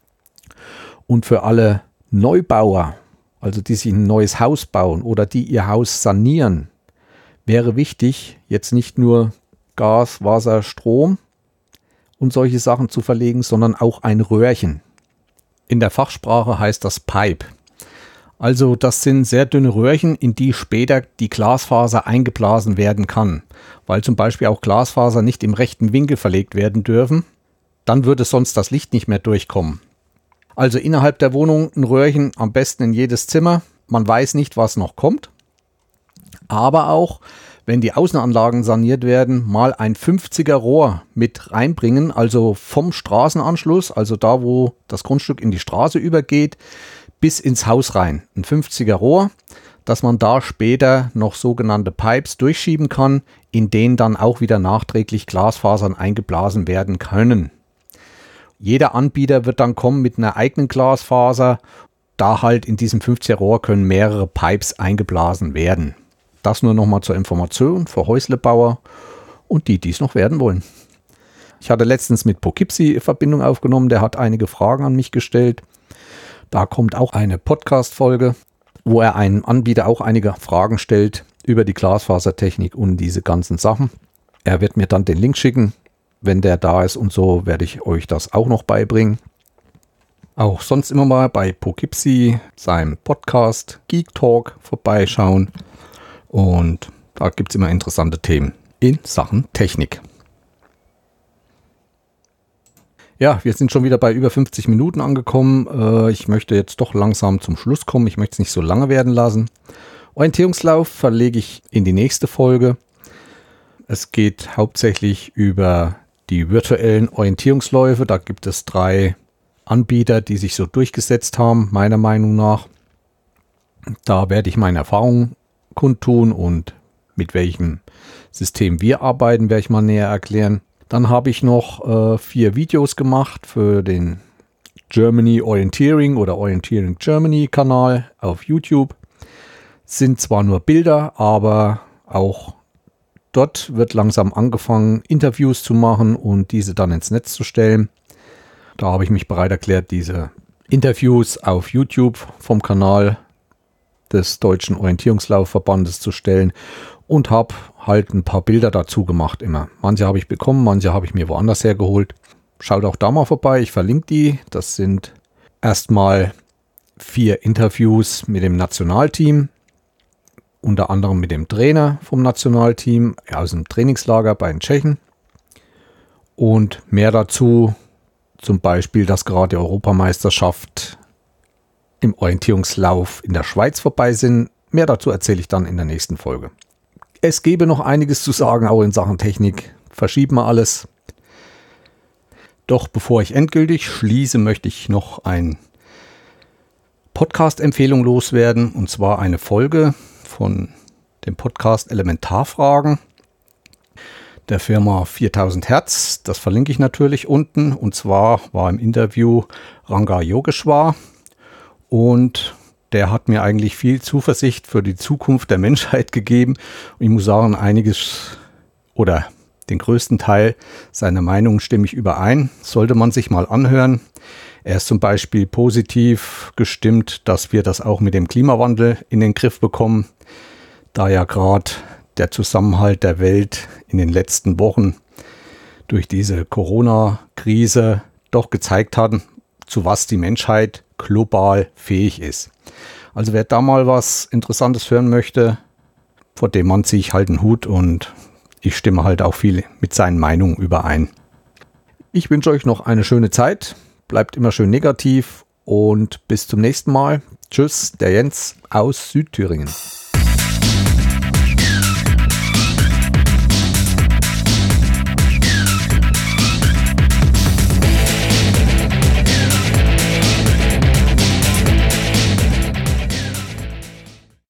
Und für alle Neubauer, also die sich ein neues Haus bauen oder die ihr Haus sanieren, wäre wichtig, jetzt nicht nur Gas, Wasser, Strom und solche Sachen zu verlegen, sondern auch ein Röhrchen. In der Fachsprache heißt das Pipe. Also das sind sehr dünne Röhrchen, in die später die Glasfaser eingeblasen werden kann, weil zum Beispiel auch Glasfaser nicht im rechten Winkel verlegt werden dürfen. Dann würde sonst das Licht nicht mehr durchkommen. Also innerhalb der Wohnung ein Röhrchen, am besten in jedes Zimmer. Man weiß nicht, was noch kommt. aber auch, wenn die Außenanlagen saniert werden, mal ein 50er Rohr mit reinbringen, also vom Straßenanschluss, also da, wo das Grundstück in die Straße übergeht, bis ins Haus rein. Ein 50er Rohr, dass man da später noch sogenannte Pipes durchschieben kann, in denen dann auch wieder nachträglich Glasfasern eingeblasen werden können. Jeder Anbieter wird dann kommen mit einer eigenen Glasfaser. Da halt in diesem 50er Rohr können mehrere Pipes eingeblasen werden. Das nur nochmal zur Information für Häuslebauer und die es noch werden wollen. Ich hatte letztens mit Poughkeepsie Verbindung aufgenommen. Der hat einige Fragen an mich gestellt. Da kommt auch eine Podcast-Folge, wo er einen Anbieter auch einige Fragen stellt über die Glasfasertechnik und diese ganzen Sachen. Er wird mir dann den Link schicken. Wenn der da ist und so, werde ich euch das auch noch beibringen. Auch sonst immer mal bei Poughkeepsie, seinem Podcast Geek Talk, vorbeischauen. Und da gibt es immer interessante Themen in Sachen Technik. Ja, wir sind schon wieder bei über 50 Minuten angekommen. Ich möchte jetzt doch langsam zum Schluss kommen. Ich möchte es nicht so lange werden lassen. Orientierungslauf verlege ich in die nächste Folge. Es geht hauptsächlich über die virtuellen Orientierungsläufe. Da gibt es 3 Anbieter, die sich so durchgesetzt haben, meiner Meinung nach. Da werde ich meine Erfahrungen kundtun und mit welchem System wir arbeiten, werde ich mal näher erklären. Dann habe ich noch 4 Videos gemacht für den Germany Orienteering oder Orienteering Germany Kanal auf YouTube. Sind zwar nur Bilder, aber auch dort wird langsam angefangen, Interviews zu machen und diese dann ins Netz zu stellen. Da habe ich mich bereit erklärt, diese Interviews auf YouTube vom Kanal des Deutschen Orientierungslaufverbandes zu stellen und habe halt ein paar Bilder dazu gemacht immer. Manche habe ich bekommen, manche habe ich mir woanders hergeholt. Schaut auch da mal vorbei, ich verlinke die. Das sind erstmal 4 Interviews mit dem Nationalteam. Unter anderem mit dem Trainer vom Nationalteam aus dem Trainingslager bei den Tschechen. Und mehr dazu, zum Beispiel, dass gerade die Europameisterschaft im Orientierungslauf in der Schweiz vorbei sind. Mehr dazu erzähle ich dann in der nächsten Folge. Es gäbe noch einiges zu sagen, auch in Sachen Technik. Verschieben wir alles. Doch bevor ich endgültig schließe, möchte ich noch eine Podcast-Empfehlung loswerden. Und zwar eine Folge von dem Podcast Elementarfragen der Firma 4000 Hertz. Das verlinke ich natürlich unten. Und zwar war im Interview Ranga Yogeshwar und der hat mir eigentlich viel Zuversicht für die Zukunft der Menschheit gegeben. Und ich muss sagen, einiges oder den größten Teil seiner Meinung stimme ich überein. Sollte man sich mal anhören. Er ist zum Beispiel positiv gestimmt, dass wir das auch mit dem Klimawandel in den Griff bekommen, da ja gerade der Zusammenhalt der Welt in den letzten Wochen durch diese Corona-Krise doch gezeigt hat, zu was die Menschheit global fähig ist. Also wer da mal was Interessantes hören möchte, vor dem Mann ziehe ich halt einen Hut und ich stimme halt auch viel mit seinen Meinungen überein. Ich wünsche euch noch eine schöne Zeit, bleibt immer schön negativ und bis zum nächsten Mal. Tschüss, der Jens aus Südthüringen.